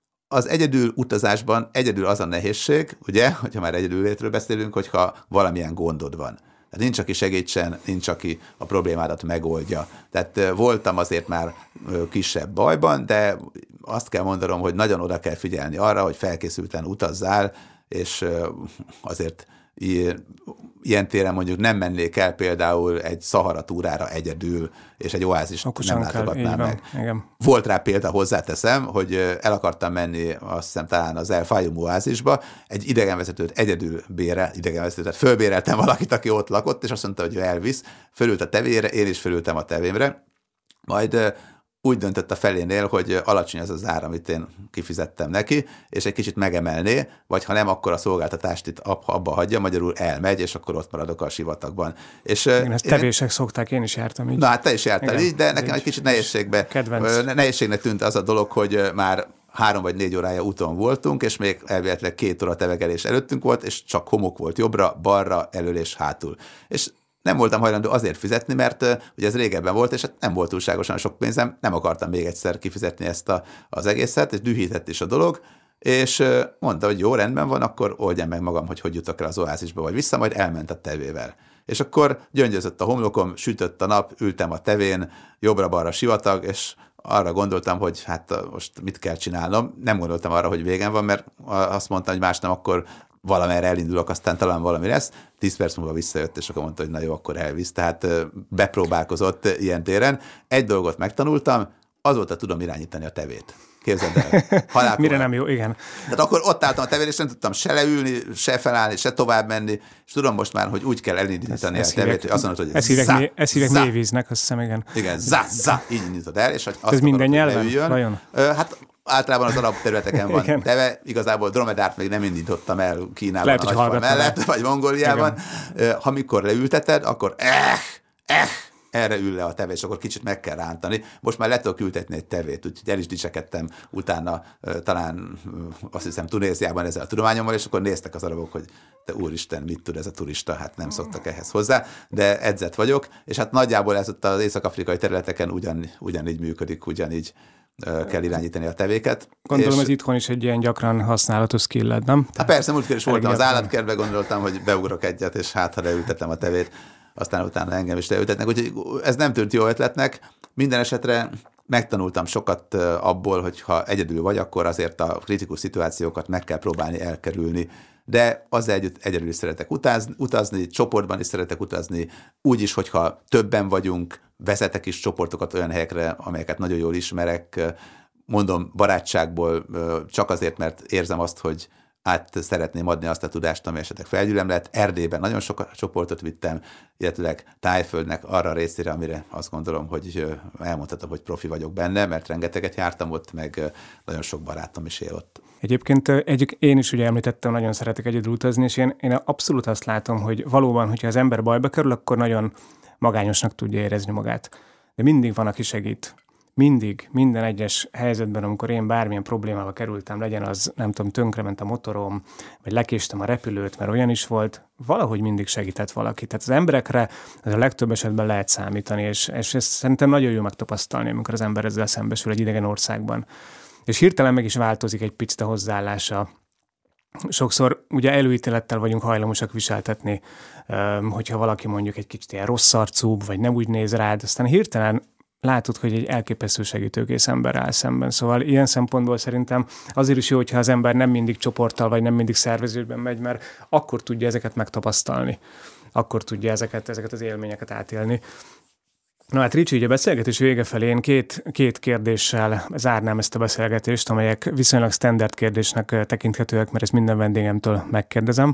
Az egyedül utazásban egyedül az a nehézség, ugye, hogyha már egyedüllétről beszélünk, hogyha valamilyen gondod van. Tehát nincs, aki segítsen, nincs, aki a problémádat megoldja. Tehát voltam azért már kisebb bajban, de azt kell mondanom, hogy nagyon oda kell figyelni arra, hogy felkészülten utazzál, és azért ilyen téren mondjuk nem mennék el például egy Szahara túrára egyedül, és egy oázist nem látogatnám meg. Igen. Volt rá példa, hozzáteszem, hogy el akartam menni, azt hiszem talán az El Fayum oázisba, egy idegenvezetőt egyedül bérel, idegenvezetőt, fölbéreltem valakit, aki ott lakott, és azt mondta, hogy ő elvisz, fölült a tevére, én is fölültem a tevémre, majd úgy döntött a felénél, hogy alacsony az az ár, amit én kifizettem neki, és egy kicsit megemelné, vagy ha nem, akkor a szolgáltatást itt abba hagyja, magyarul elmegy, és akkor ott maradok a sivatagban. És igen, ezt tevések én... szokták, én is jártam így. Na hát te is jártál igen, így, de nekem egy kicsit nehézségbe, nehézségnek tűnt az a dolog, hogy már három vagy négy órája úton voltunk, és még elvileg két óra tevegelés előttünk volt, és csak homok volt jobbra, balra, elől és hátul. És nem voltam hajlandó azért fizetni, mert uh, ugye ez régebben volt, és hát nem volt túlságosan sok pénzem, nem akartam még egyszer kifizetni ezt a, az egészet, és dühített is a dolog, és uh, mondta, hogy jó, rendben van, akkor oldjam meg magam, hogy hogy jutok el az oázisba, vagy vissza, majd elment a tevével. És akkor gyöngyözött a homlokom, sütött a nap, ültem a tevén, jobbra-balra sivatag, és arra gondoltam, hogy hát most mit kell csinálnom. Nem gondoltam arra, hogy végem van, mert azt mondtam, hogy más nem, akkor valamerre elindulok, aztán talán valami lesz. Tíz perc múlva visszajött, és akkor mondta, hogy na jó, akkor elvisz. Tehát bepróbálkozott ilyen téren. Egy dolgot megtanultam, azóta tudom irányítani a tevét. Képzeld el. Halálkor. Mire nem jó, igen. Tehát akkor ott álltam a tevén, és nem tudtam se leülni, se felállni, se tovább menni, és tudom most már, hogy úgy kell elindítani ezt, a tevét, hogy azt mondod, hogy ezt hívek, mély, ezt hívek mélyvíznek, azt hiszem, igen. Igen, zá, zá, így indítod el, és azt ez minden nyelven? Vajon? Hát általában az alapterületeken van igen. teve, igazából dromedárt még nem indítottam el Kínában, lehet, a nagyfal mellett, vagy Mongóliában. Igen. Ha mikor leülteted, akkor eh, eh, erre ül le a teve, és akkor kicsit meg kell rántani. Most már le tudok ültetni egy tevét, úgyhogy el is dicsekedtem utána talán azt hiszem Tunéziában ezzel a tudományommal, és akkor néztek az arabok, hogy te úristen, mit tud ez a turista, hát nem szoktak ehhez hozzá, de edzett vagyok, és hát nagyjából ez ott az észak-afrikai területeken ugyan, ugyanígy működik, ugyanígy kell irányítani a tevéket. Gondolom, ez itthon is egy ilyen gyakran használatos skill-ed, nem? Hát persze, múltkor is voltam az állatkertbe, gondoltam, hogy beugrok egyet, és hát, ha leültetem a tevét, aztán utána engem is leültetnek. Úgyhogy ez nem tűnt jó ötletnek. Minden esetre megtanultam sokat abból, hogy ha egyedül vagy, akkor azért a kritikus szituációkat meg kell próbálni elkerülni. De azzal együtt egyedül is szeretek utazni, utazni, csoportban is szeretek utazni, úgyis, hogyha többen vagyunk, vezetek is csoportokat olyan helyekre, amelyeket nagyon jól ismerek, mondom barátságból, csak azért, mert érzem azt, hogy át szeretném adni azt a tudást, ami esetleg felgyűlöm lett. Erdélyben nagyon sok csoportot vittem, illetőleg Tájföldnek arra a részére, amire azt gondolom, hogy elmondhatom, hogy profi vagyok benne, mert rengeteget jártam ott, meg nagyon sok barátom is él ott. Egyébként egyik, én is ugye említettem, nagyon szeretek egyedül utazni, és én, én abszolút azt látom, hogy valóban, hogyha az ember bajba kerül, akkor nagyon magányosnak tudja érezni magát. De mindig van, aki segít. Mindig, minden egyes helyzetben, amikor én bármilyen problémába kerültem, legyen az, nem tudom, tönkrement a motorom, vagy lekéstem a repülőt, mert olyan is volt, valahogy mindig segített valaki. Tehát az emberekre az a legtöbb esetben lehet számítani, és, és ezt szerintem nagyon jó megtapasztalni, amikor az ember ezzel szembesül egy idegen országban. És hirtelen meg is változik egy picit a hozzáállása. Sokszor ugye előítélettel vagyunk hajlamosak viseltetni, hogyha valaki mondjuk egy kicsit ilyen rossz arcúbb, vagy nem úgy néz rád, aztán hirtelen látod, hogy egy elképesztő segítőkész ember áll szemben. Szóval ilyen szempontból szerintem azért is jó, hogyha az ember nem mindig csoporttal, vagy nem mindig szerveződben megy, mert akkor tudja ezeket megtapasztalni. Akkor tudja ezeket, ezeket az élményeket átélni. Na hát Ricsi, ugye a beszélgetés vége felé én két, két kérdéssel zárnám ezt a beszélgetést, amelyek viszonylag standard kérdésnek tekinthetőek, mert ezt minden vendégemtől megkérdezem.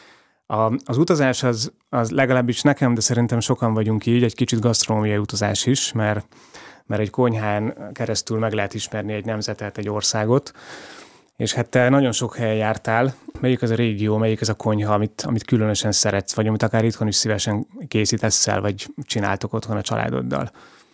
A, az utazás az, az legalábbis nekem, de szerintem sokan vagyunk így, egy kicsit gasztronómiai utazás is, mert, mert egy konyhán keresztül meg lehet ismerni egy nemzetet, egy országot, és hát te nagyon sok helyen jártál. Melyik az a régió, melyik az a konyha, amit, amit különösen szeretsz, vagy amit akár itthon is szívesen készítesz el, vagy csináltok otthon a családoddal?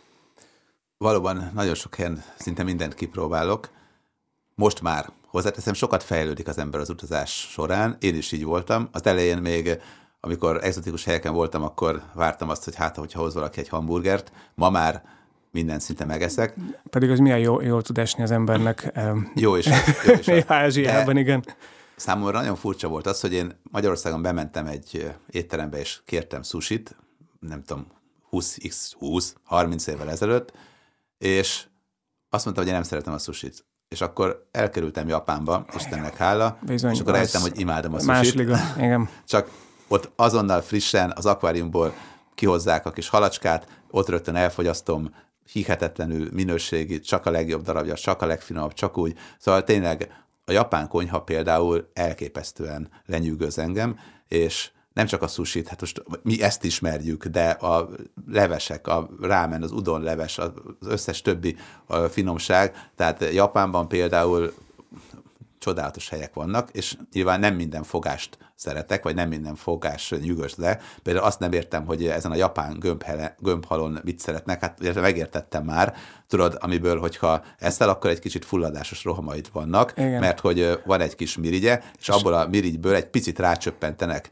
Valóban nagyon sok helyen szinte mindent kipróbálok. Most már hozzáteszem, sokat fejlődik az ember az utazás során. Én is így voltam. Az elején még, amikor egzotikus helyeken voltam, akkor vártam azt, hogy hát, hogyha hoz valaki egy hamburgert. Ma már minden szinte megeszek. Pedig az milyen jó, jól tud esni az embernek. Jó is. Jó is Néha Ázsiában, igen. Számomra nagyon furcsa volt az, hogy én Magyarországon bementem egy étterembe, és kértem sushit, nem tudom, húsz húsz harminc évvel ezelőtt, és azt mondta, hogy én nem szeretem a sushit. És akkor elkerültem Japánba, Istennek hála, Bizony, és akkor rájöttem, hogy imádom a sushit. Más liga, igen. Csak ott azonnal frissen az akváriumból kihozzák a kis halacskát, ott rögtön elfogyasztom, hihetetlenül minőségi, csak a legjobb darabja, csak a legfinomabb, csak úgy. Szóval tényleg a japán konyha például elképesztően lenyűgöz engem, és nem csak a sushit, hát most mi ezt ismerjük, de a levesek, a rámen, az udon leves, az összes többi finomság, tehát Japánban például csodálatos helyek vannak, és nyilván nem minden fogást szeretek, vagy nem minden fogás nyűgös le. Például azt nem értem, hogy ezen a japán gömbhele, gömbhalon mit szeretnek, hát megértettem már, tudod, amiből, hogyha eszel, akkor egy kicsit fulladásos rohamaid vannak, igen. Mert hogy van egy kis mirigye, és abból a mirigyből egy picit rácsöppentenek.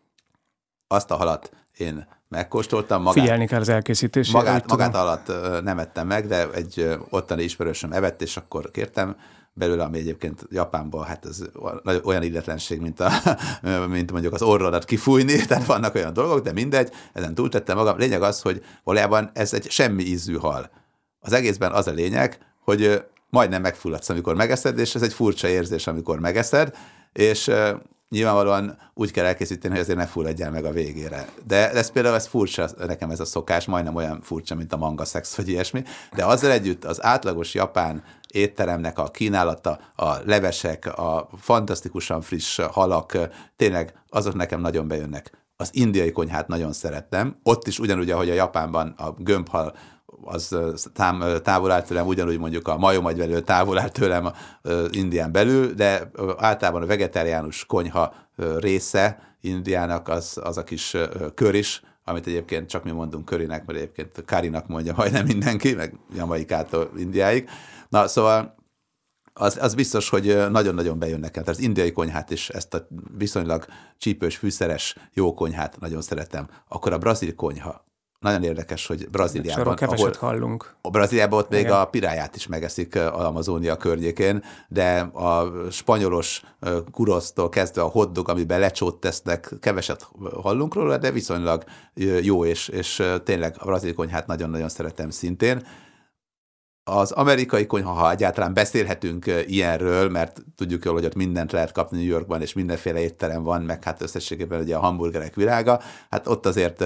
Azt a halat én megkóstoltam. Magát, Figyelni kell az elkészítésére. Magát, magát alatt nem ettem meg, de egy ottani ismerősöm evett, és akkor kértem belőle, ami egyébként Japánban, hát ez olyan illetlenség, mint, a, mint mondjuk az orrodat kifújni, tehát vannak olyan dolgok, de mindegy, ezen túltettem magam. Lényeg az, hogy valójában ez egy semmi ízű hal. Az egészben az a lényeg, hogy majdnem megfulladsz, amikor megeszed, és ez egy furcsa érzés, amikor megeszed, és nyilvánvalóan úgy kell elkészíteni, hogy azért ne fulladjál meg a végére. De ez például ez furcsa, nekem ez a szokás, majdnem olyan furcsa, mint a manga szex, vagy ilyesmi, de azzal együtt az átlagos japán étteremnek a kínálata, a levesek, a fantasztikusan friss halak, tényleg azok nekem nagyon bejönnek. Az indiai konyhát nagyon szerettem, ott is ugyanúgy, ahogy a Japánban a gömbhal, az távol áll tőlem, ugyanúgy mondjuk a majomagyvelő távol áll tőlem az Indián belül, de általában a vegetáriánus konyha része Indiának az, az a kis kör is, amit egyébként csak mi mondunk körinek, mert egyébként karinak mondja majdnem mindenki, meg Jamaikától Indiáig. Na, szóval az, az biztos, hogy nagyon-nagyon bejön nekem. Tehát az indiai konyhát is, ezt a viszonylag csípős, fűszeres, jó konyhát nagyon szeretem. Akkor a brazil konyha, nagyon érdekes, hogy Brazíliában... Arról keveset hallunk. A Brazíliában ott még Igen. a piráját is megeszik az Amazónia környékén, de a spanyolos kurosztól kezdve a hotdog, amiben lecsót tesznek, keveset hallunk róla, de viszonylag jó, és, és tényleg a brazil konyhát nagyon-nagyon szeretem szintén. Az amerikai konyha, ha egyáltalán beszélhetünk ilyenről, mert tudjuk jól, hogy ott mindent lehet kapni New Yorkban, és mindenféle étterem van, meg hát összességében ugye a hamburgerek világa, hát ott azért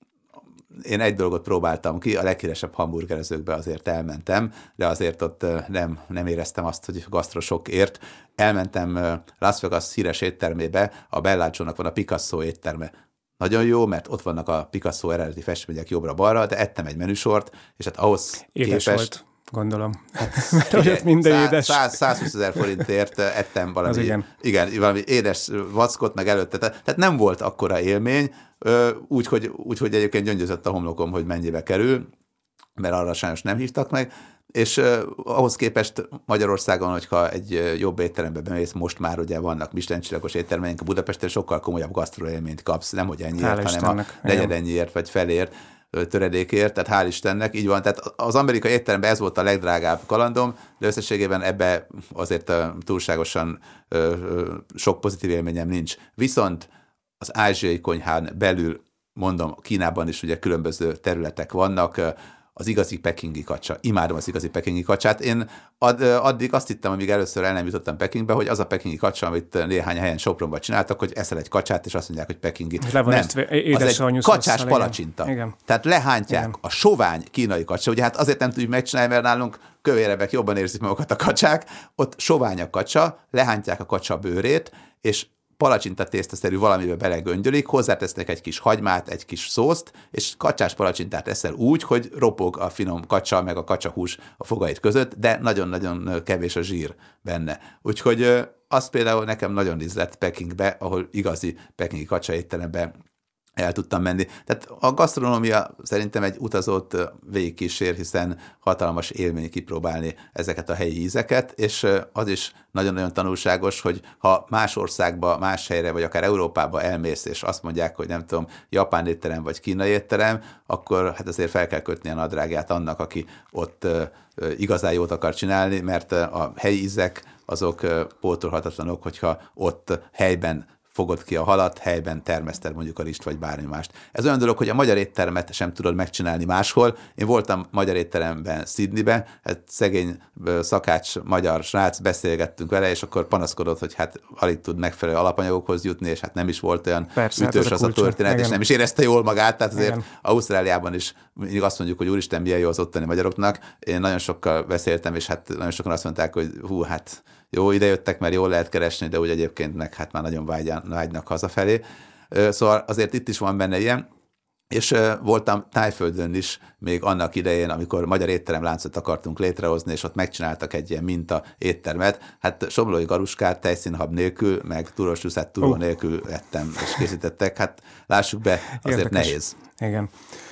én egy dolgot próbáltam ki, a leghíresebb hamburgerezőkbe azért elmentem, de azért ott nem, nem éreztem azt, hogy gasztrosok ért. Elmentem Las Vegas híres éttermébe, a Bellagio-nak van a Picasso étterme. Nagyon jó, mert ott vannak a Picasso eredeti festmények jobbra-balra, de ettem egy menüsort, és hát ahhoz édes képest... volt, gondolom. Hát, mert ugye, minden édes. száz húsz ezer forintért ettem valami, igen. igen, valami édes vackot, meg előtte. Tehát nem volt akkora élmény, úgyhogy úgy, hogy egyébként gyöngyözött a homlokom, hogy mennyibe kerül, mert arra sajnos nem hívtak meg, és uh, ahhoz képest Magyarországon, hogyha egy jobb étterembe bemész, most már ugye vannak Michelin-csillagos éttermeink, a Budapesten sokkal komolyabb gasztroélményt kapsz, nem hogy ennyiért, hanem Istennek. A negyed ennyiért, vagy felért, töredékért, tehát hál' Istennek, így van. Tehát az amerikai étteremben ez volt a legdrágább kalandom, de összességében ebbe azért túlságosan ö, ö, sok pozitív élményem nincs. Viszont az ázsiai konyhán belül, mondom, Kínában is ugye különböző területek vannak, az igazi pekingi kacsa. Imádom az igazi pekingi kacsát. Én ad, addig azt hittem, amíg először el nem jutottam Pekingbe, hogy az a pekingi kacsa, amit néhány helyen Sopronban csináltak, hogy eszel egy kacsát, és azt mondják, hogy pekingi. Nem, az egy kacsás palacsinta. Igen. Tehát lehántják igen. a sovány kínai kacsa. Ugye hát azért nem tudjuk megcsinálni, mert nálunk kövérebbek jobban érzik magukat a kacsák. Ott sovány a kacsa, lehántják a kacsa bőrét, és palacsinta tésztaszerű valamibe belegöngyölik, hozzátesznek egy kis hagymát, egy kis szószt, és kacsás palacsintát eszel úgy, hogy ropog a finom kacsa, meg a kacsahús a fogait között, de nagyon-nagyon kevés a zsír benne. Úgyhogy az például nekem nagyon ízlett Pekingbe, ahol igazi pekingi kacsa étterembe el tudtam menni. Tehát a gasztronómia szerintem egy utazót végigkísér, hiszen hatalmas élmény kipróbálni ezeket a helyi ízeket, és az is nagyon-nagyon tanulságos, hogy ha más országba, más helyre, vagy akár Európába elmész, és azt mondják, hogy nem tudom, japán étterem, vagy kínai étterem, akkor hát azért fel kell kötni a nadrágját annak, aki ott igazán jót akar csinálni, mert a helyi ízek azok pótolhatatlanok, hogyha ott helyben fogod ki a halat, helyben termeszted mondjuk a rizst, vagy bármi mást. Ez olyan dolog, hogy a magyar éttermet sem tudod megcsinálni máshol. Én voltam magyar étteremben, Sydneyben, hát szegény szakács magyar srác, beszélgettünk vele, és akkor panaszkodott, hogy hát alig tud megfelelő alapanyagokhoz jutni, és hát nem is volt olyan persze, ütős hát az a, a történet, igen. és nem is érezte jól magát, tehát azért igen. Ausztráliában is mindig azt mondjuk, hogy úristen, milyen jó az ottani magyaroknak. Én nagyon sokkal beszéltem, és hát nagyon sokan azt mondták, hogy hú, hát jó, idejöttek, mert jól lehet keresni, de úgy egyébként meg hát már nagyon vágynak hazafelé. Szóval azért itt is van benne ilyen. És voltam Tájföldön is még annak idején, amikor magyar étteremláncot akartunk létrehozni, és ott megcsináltak egy ilyen minta éttermet. Hát somlói garuskát tejszínhab nélkül, meg túros csúszát turó uh. nélkül ettem, és készítettek. Hát lássuk be, azért érdekes. Nehéz. Igen.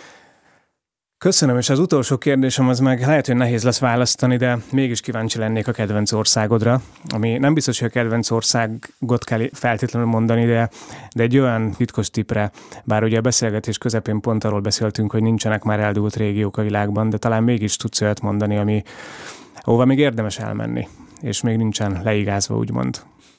Köszönöm, és az utolsó kérdésem az meg lehet, hogy nehéz lesz választani, de mégis kíváncsi lennék a kedvenc országodra, ami nem biztos, hogy a kedvenc országot kell feltétlenül mondani, de, de egy olyan titkos tippre, bár ugye a beszélgetés közepén pont arról beszéltünk, hogy nincsenek már eldugott régiók a világban, de talán mégis tudsz olyat mondani, ami, ahova még érdemes elmenni, és még nincsen leigázva, úgymond.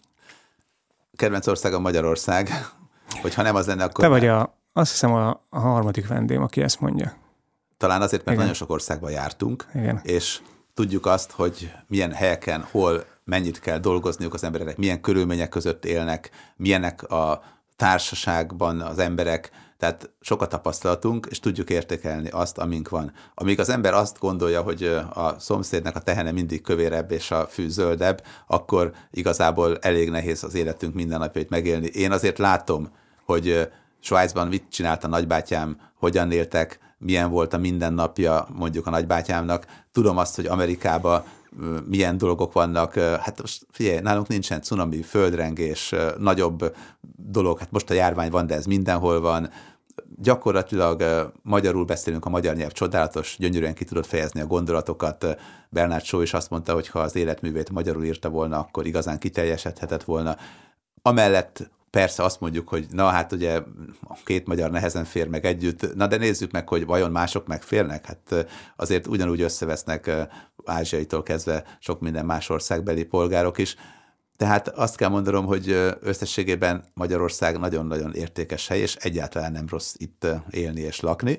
Kedvenc országom Magyarország, hogyha nem az lenne, akkor... Te vagy a, azt hiszem a, a harmadik vendém, aki ezt mondja. Talán azért, mert igen. nagyon sok országban jártunk, igen. és tudjuk azt, hogy milyen helyeken, hol, mennyit kell dolgozniuk az embereknek, milyen körülmények között élnek, milyenek a társaságban az emberek, tehát sokat tapasztalatunk, és tudjuk értékelni azt, amink van. Amíg az ember azt gondolja, hogy a szomszédnak a tehene mindig kövérebb és a fű zöldebb, akkor igazából elég nehéz az életünk mindennapjait megélni. Én azért látom, hogy Svájcban mit csinált a nagybátyám, hogyan éltek, milyen volt a mindennapja mondjuk a nagybátyámnak. Tudom azt, hogy Amerikában milyen dolgok vannak. Hát most figyelj, nálunk nincsen cunami, földrengés, nagyobb dolog. Hát most a járvány van, de ez mindenhol van. Gyakorlatilag magyarul beszélünk, a magyar nyelv csodálatos, gyönyörűen ki tudod fejezni a gondolatokat. Bernard Shaw is azt mondta, hogy ha az életművét magyarul írta volna, akkor igazán kiteljesedhetett volna. Amellett persze azt mondjuk, hogy na hát ugye két magyar nehezen fér meg együtt, na de nézzük meg, hogy vajon mások megférnek? Hát azért ugyanúgy összevesznek Ázsiaitól kezdve sok minden más országbeli polgárok is. Tehát azt kell mondanom, hogy összességében Magyarország nagyon-nagyon értékes hely, és egyáltalán nem rossz itt élni és lakni.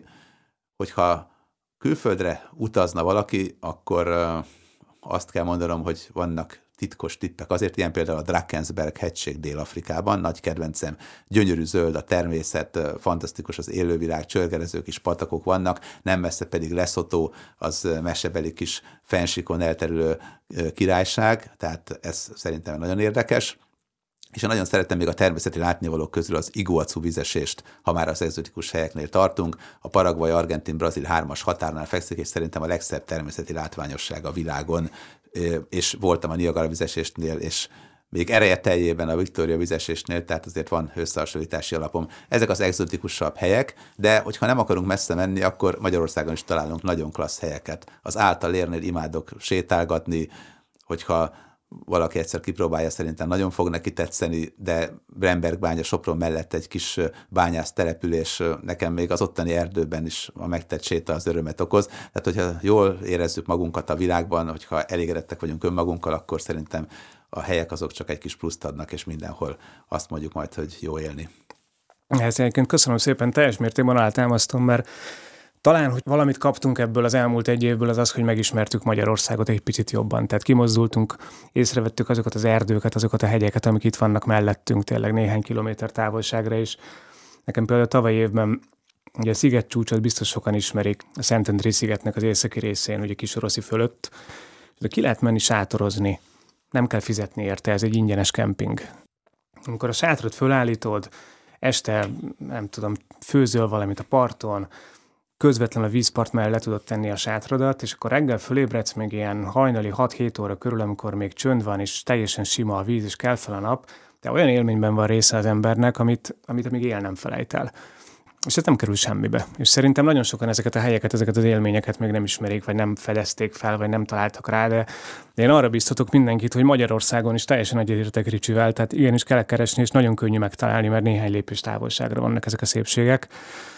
Hogyha külföldre utazna valaki, akkor azt kell mondanom, hogy vannak titkos tippek. Azért ilyen például a Drakensberg hegység Dél-Afrikában, nagy kedvencem, gyönyörű zöld a természet, fantasztikus az élővilág, csörgerező kis patakok vannak, nem messze pedig Lesotho, az mesebeli kis fennsíkon elterülő királyság, tehát ez szerintem nagyon érdekes. És én nagyon szeretem még a természeti látnivalók közül az Iguacu vízesést, ha már az egzotikus helyeknél tartunk. A Paraguay, Argentin, Brazil hármas határnál fekszik, és szerintem a legszebb természeti látványosság a világon. És voltam a Niagara vízesésnél, és még ereje teljében a Victoria vízesésnél, tehát azért van összehasonlítási alapom. Ezek az egzotikusabb helyek, de hogyha nem akarunk messze menni, akkor Magyarországon is találunk nagyon klassz helyeket. Az Általérnél imádok sétálgatni, hogyha valaki egyszer kipróbálja, szerintem nagyon fog neki tetszeni, de Bremberg bánya Sopron mellett egy kis bányász település, nekem még az ottani erdőben is a megtett séta az örömet okoz. Tehát, hogyha jól érezzük magunkat a világban, hogyha elégedettek vagyunk önmagunkkal, akkor szerintem a helyek azok csak egy kis pluszt adnak, és mindenhol azt mondjuk majd, hogy jó élni. Ezt egyébként köszönöm szépen, teljes mértékben alátámasztom, mert talán, hogy valamit kaptunk ebből az elmúlt egy évből, az az, hogy megismertük Magyarországot egy picit jobban. Tehát kimozdultunk, észrevettük azokat az erdőket, azokat a hegyeket, amik itt vannak mellettünk, tényleg néhány kilométer távolságra is. Nekem például tavaly évben, ugye a szigetcsúcsot biztos sokan ismerik, a Szentendrei szigetnek az északi részén, ugye Kisoroszi fölött. De ki lehet menni sátorozni, nem kell fizetni érte, ez egy ingyenes kemping. Amikor a sátrot fölállítod, este, nem tudom, főzöl valamit a parton, közvetlenül a vízpart mellett le tudod tenni a sátradat, és akkor reggel fölébredsz még ilyen hajnali hat-hét óra körül, amikor még csönd van, és teljesen sima a víz, és kell fel a nap, de olyan élményben van része az embernek, amit, amit még él nem felejt el. És ez nem kerül semmibe. És szerintem nagyon sokan ezeket a helyeket, ezeket az élményeket még nem ismerik, vagy nem fedezték fel, vagy nem találtak rá, de én arra biztatok mindenkit, hogy Magyarországon is teljesen egyetértek Ricsivel, tehát igenis kell keresni, és nagyon könnyű megtalálni, mert néhány lépés távolságra vannak ezek a szépségek.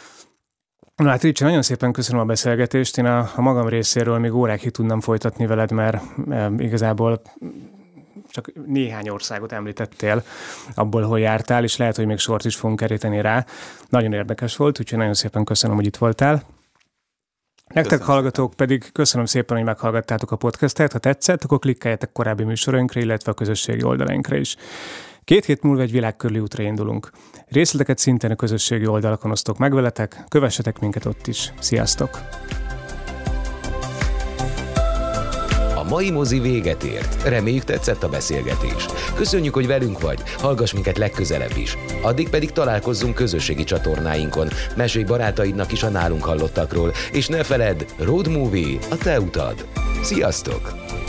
Na hát Ricsi, nagyon szépen köszönöm a beszélgetést. Én a, a magam részéről még órákig tudnám folytatni veled, mert e, igazából csak néhány országot említettél abból, hol jártál, és lehet, hogy még sort is fogunk keríteni rá. Nagyon érdekes volt, úgyhogy nagyon szépen köszönöm, hogy itt voltál. Nektek köszönöm hallgatók szépen. Pedig köszönöm szépen, hogy meghallgattátok a podcastet. Ha tetszett, akkor klikkeljetek korábbi műsorainkra, illetve a közösségi oldalainkra is. Két hét múlva egy világkörüli útra indulunk. Részleteket szintén a közösségi oldalakon osztok meg veletek, kövessetek minket ott is. Sziasztok! A mai mozi véget ért. Reméljük tetszett a beszélgetés. Köszönjük, hogy velünk vagy, hallgass minket legközelebb is. Addig pedig találkozzunk közösségi csatornáinkon, mesélj barátaidnak is a nálunk hallottakról, és ne feledd, Road Movie a te utad. Sziasztok!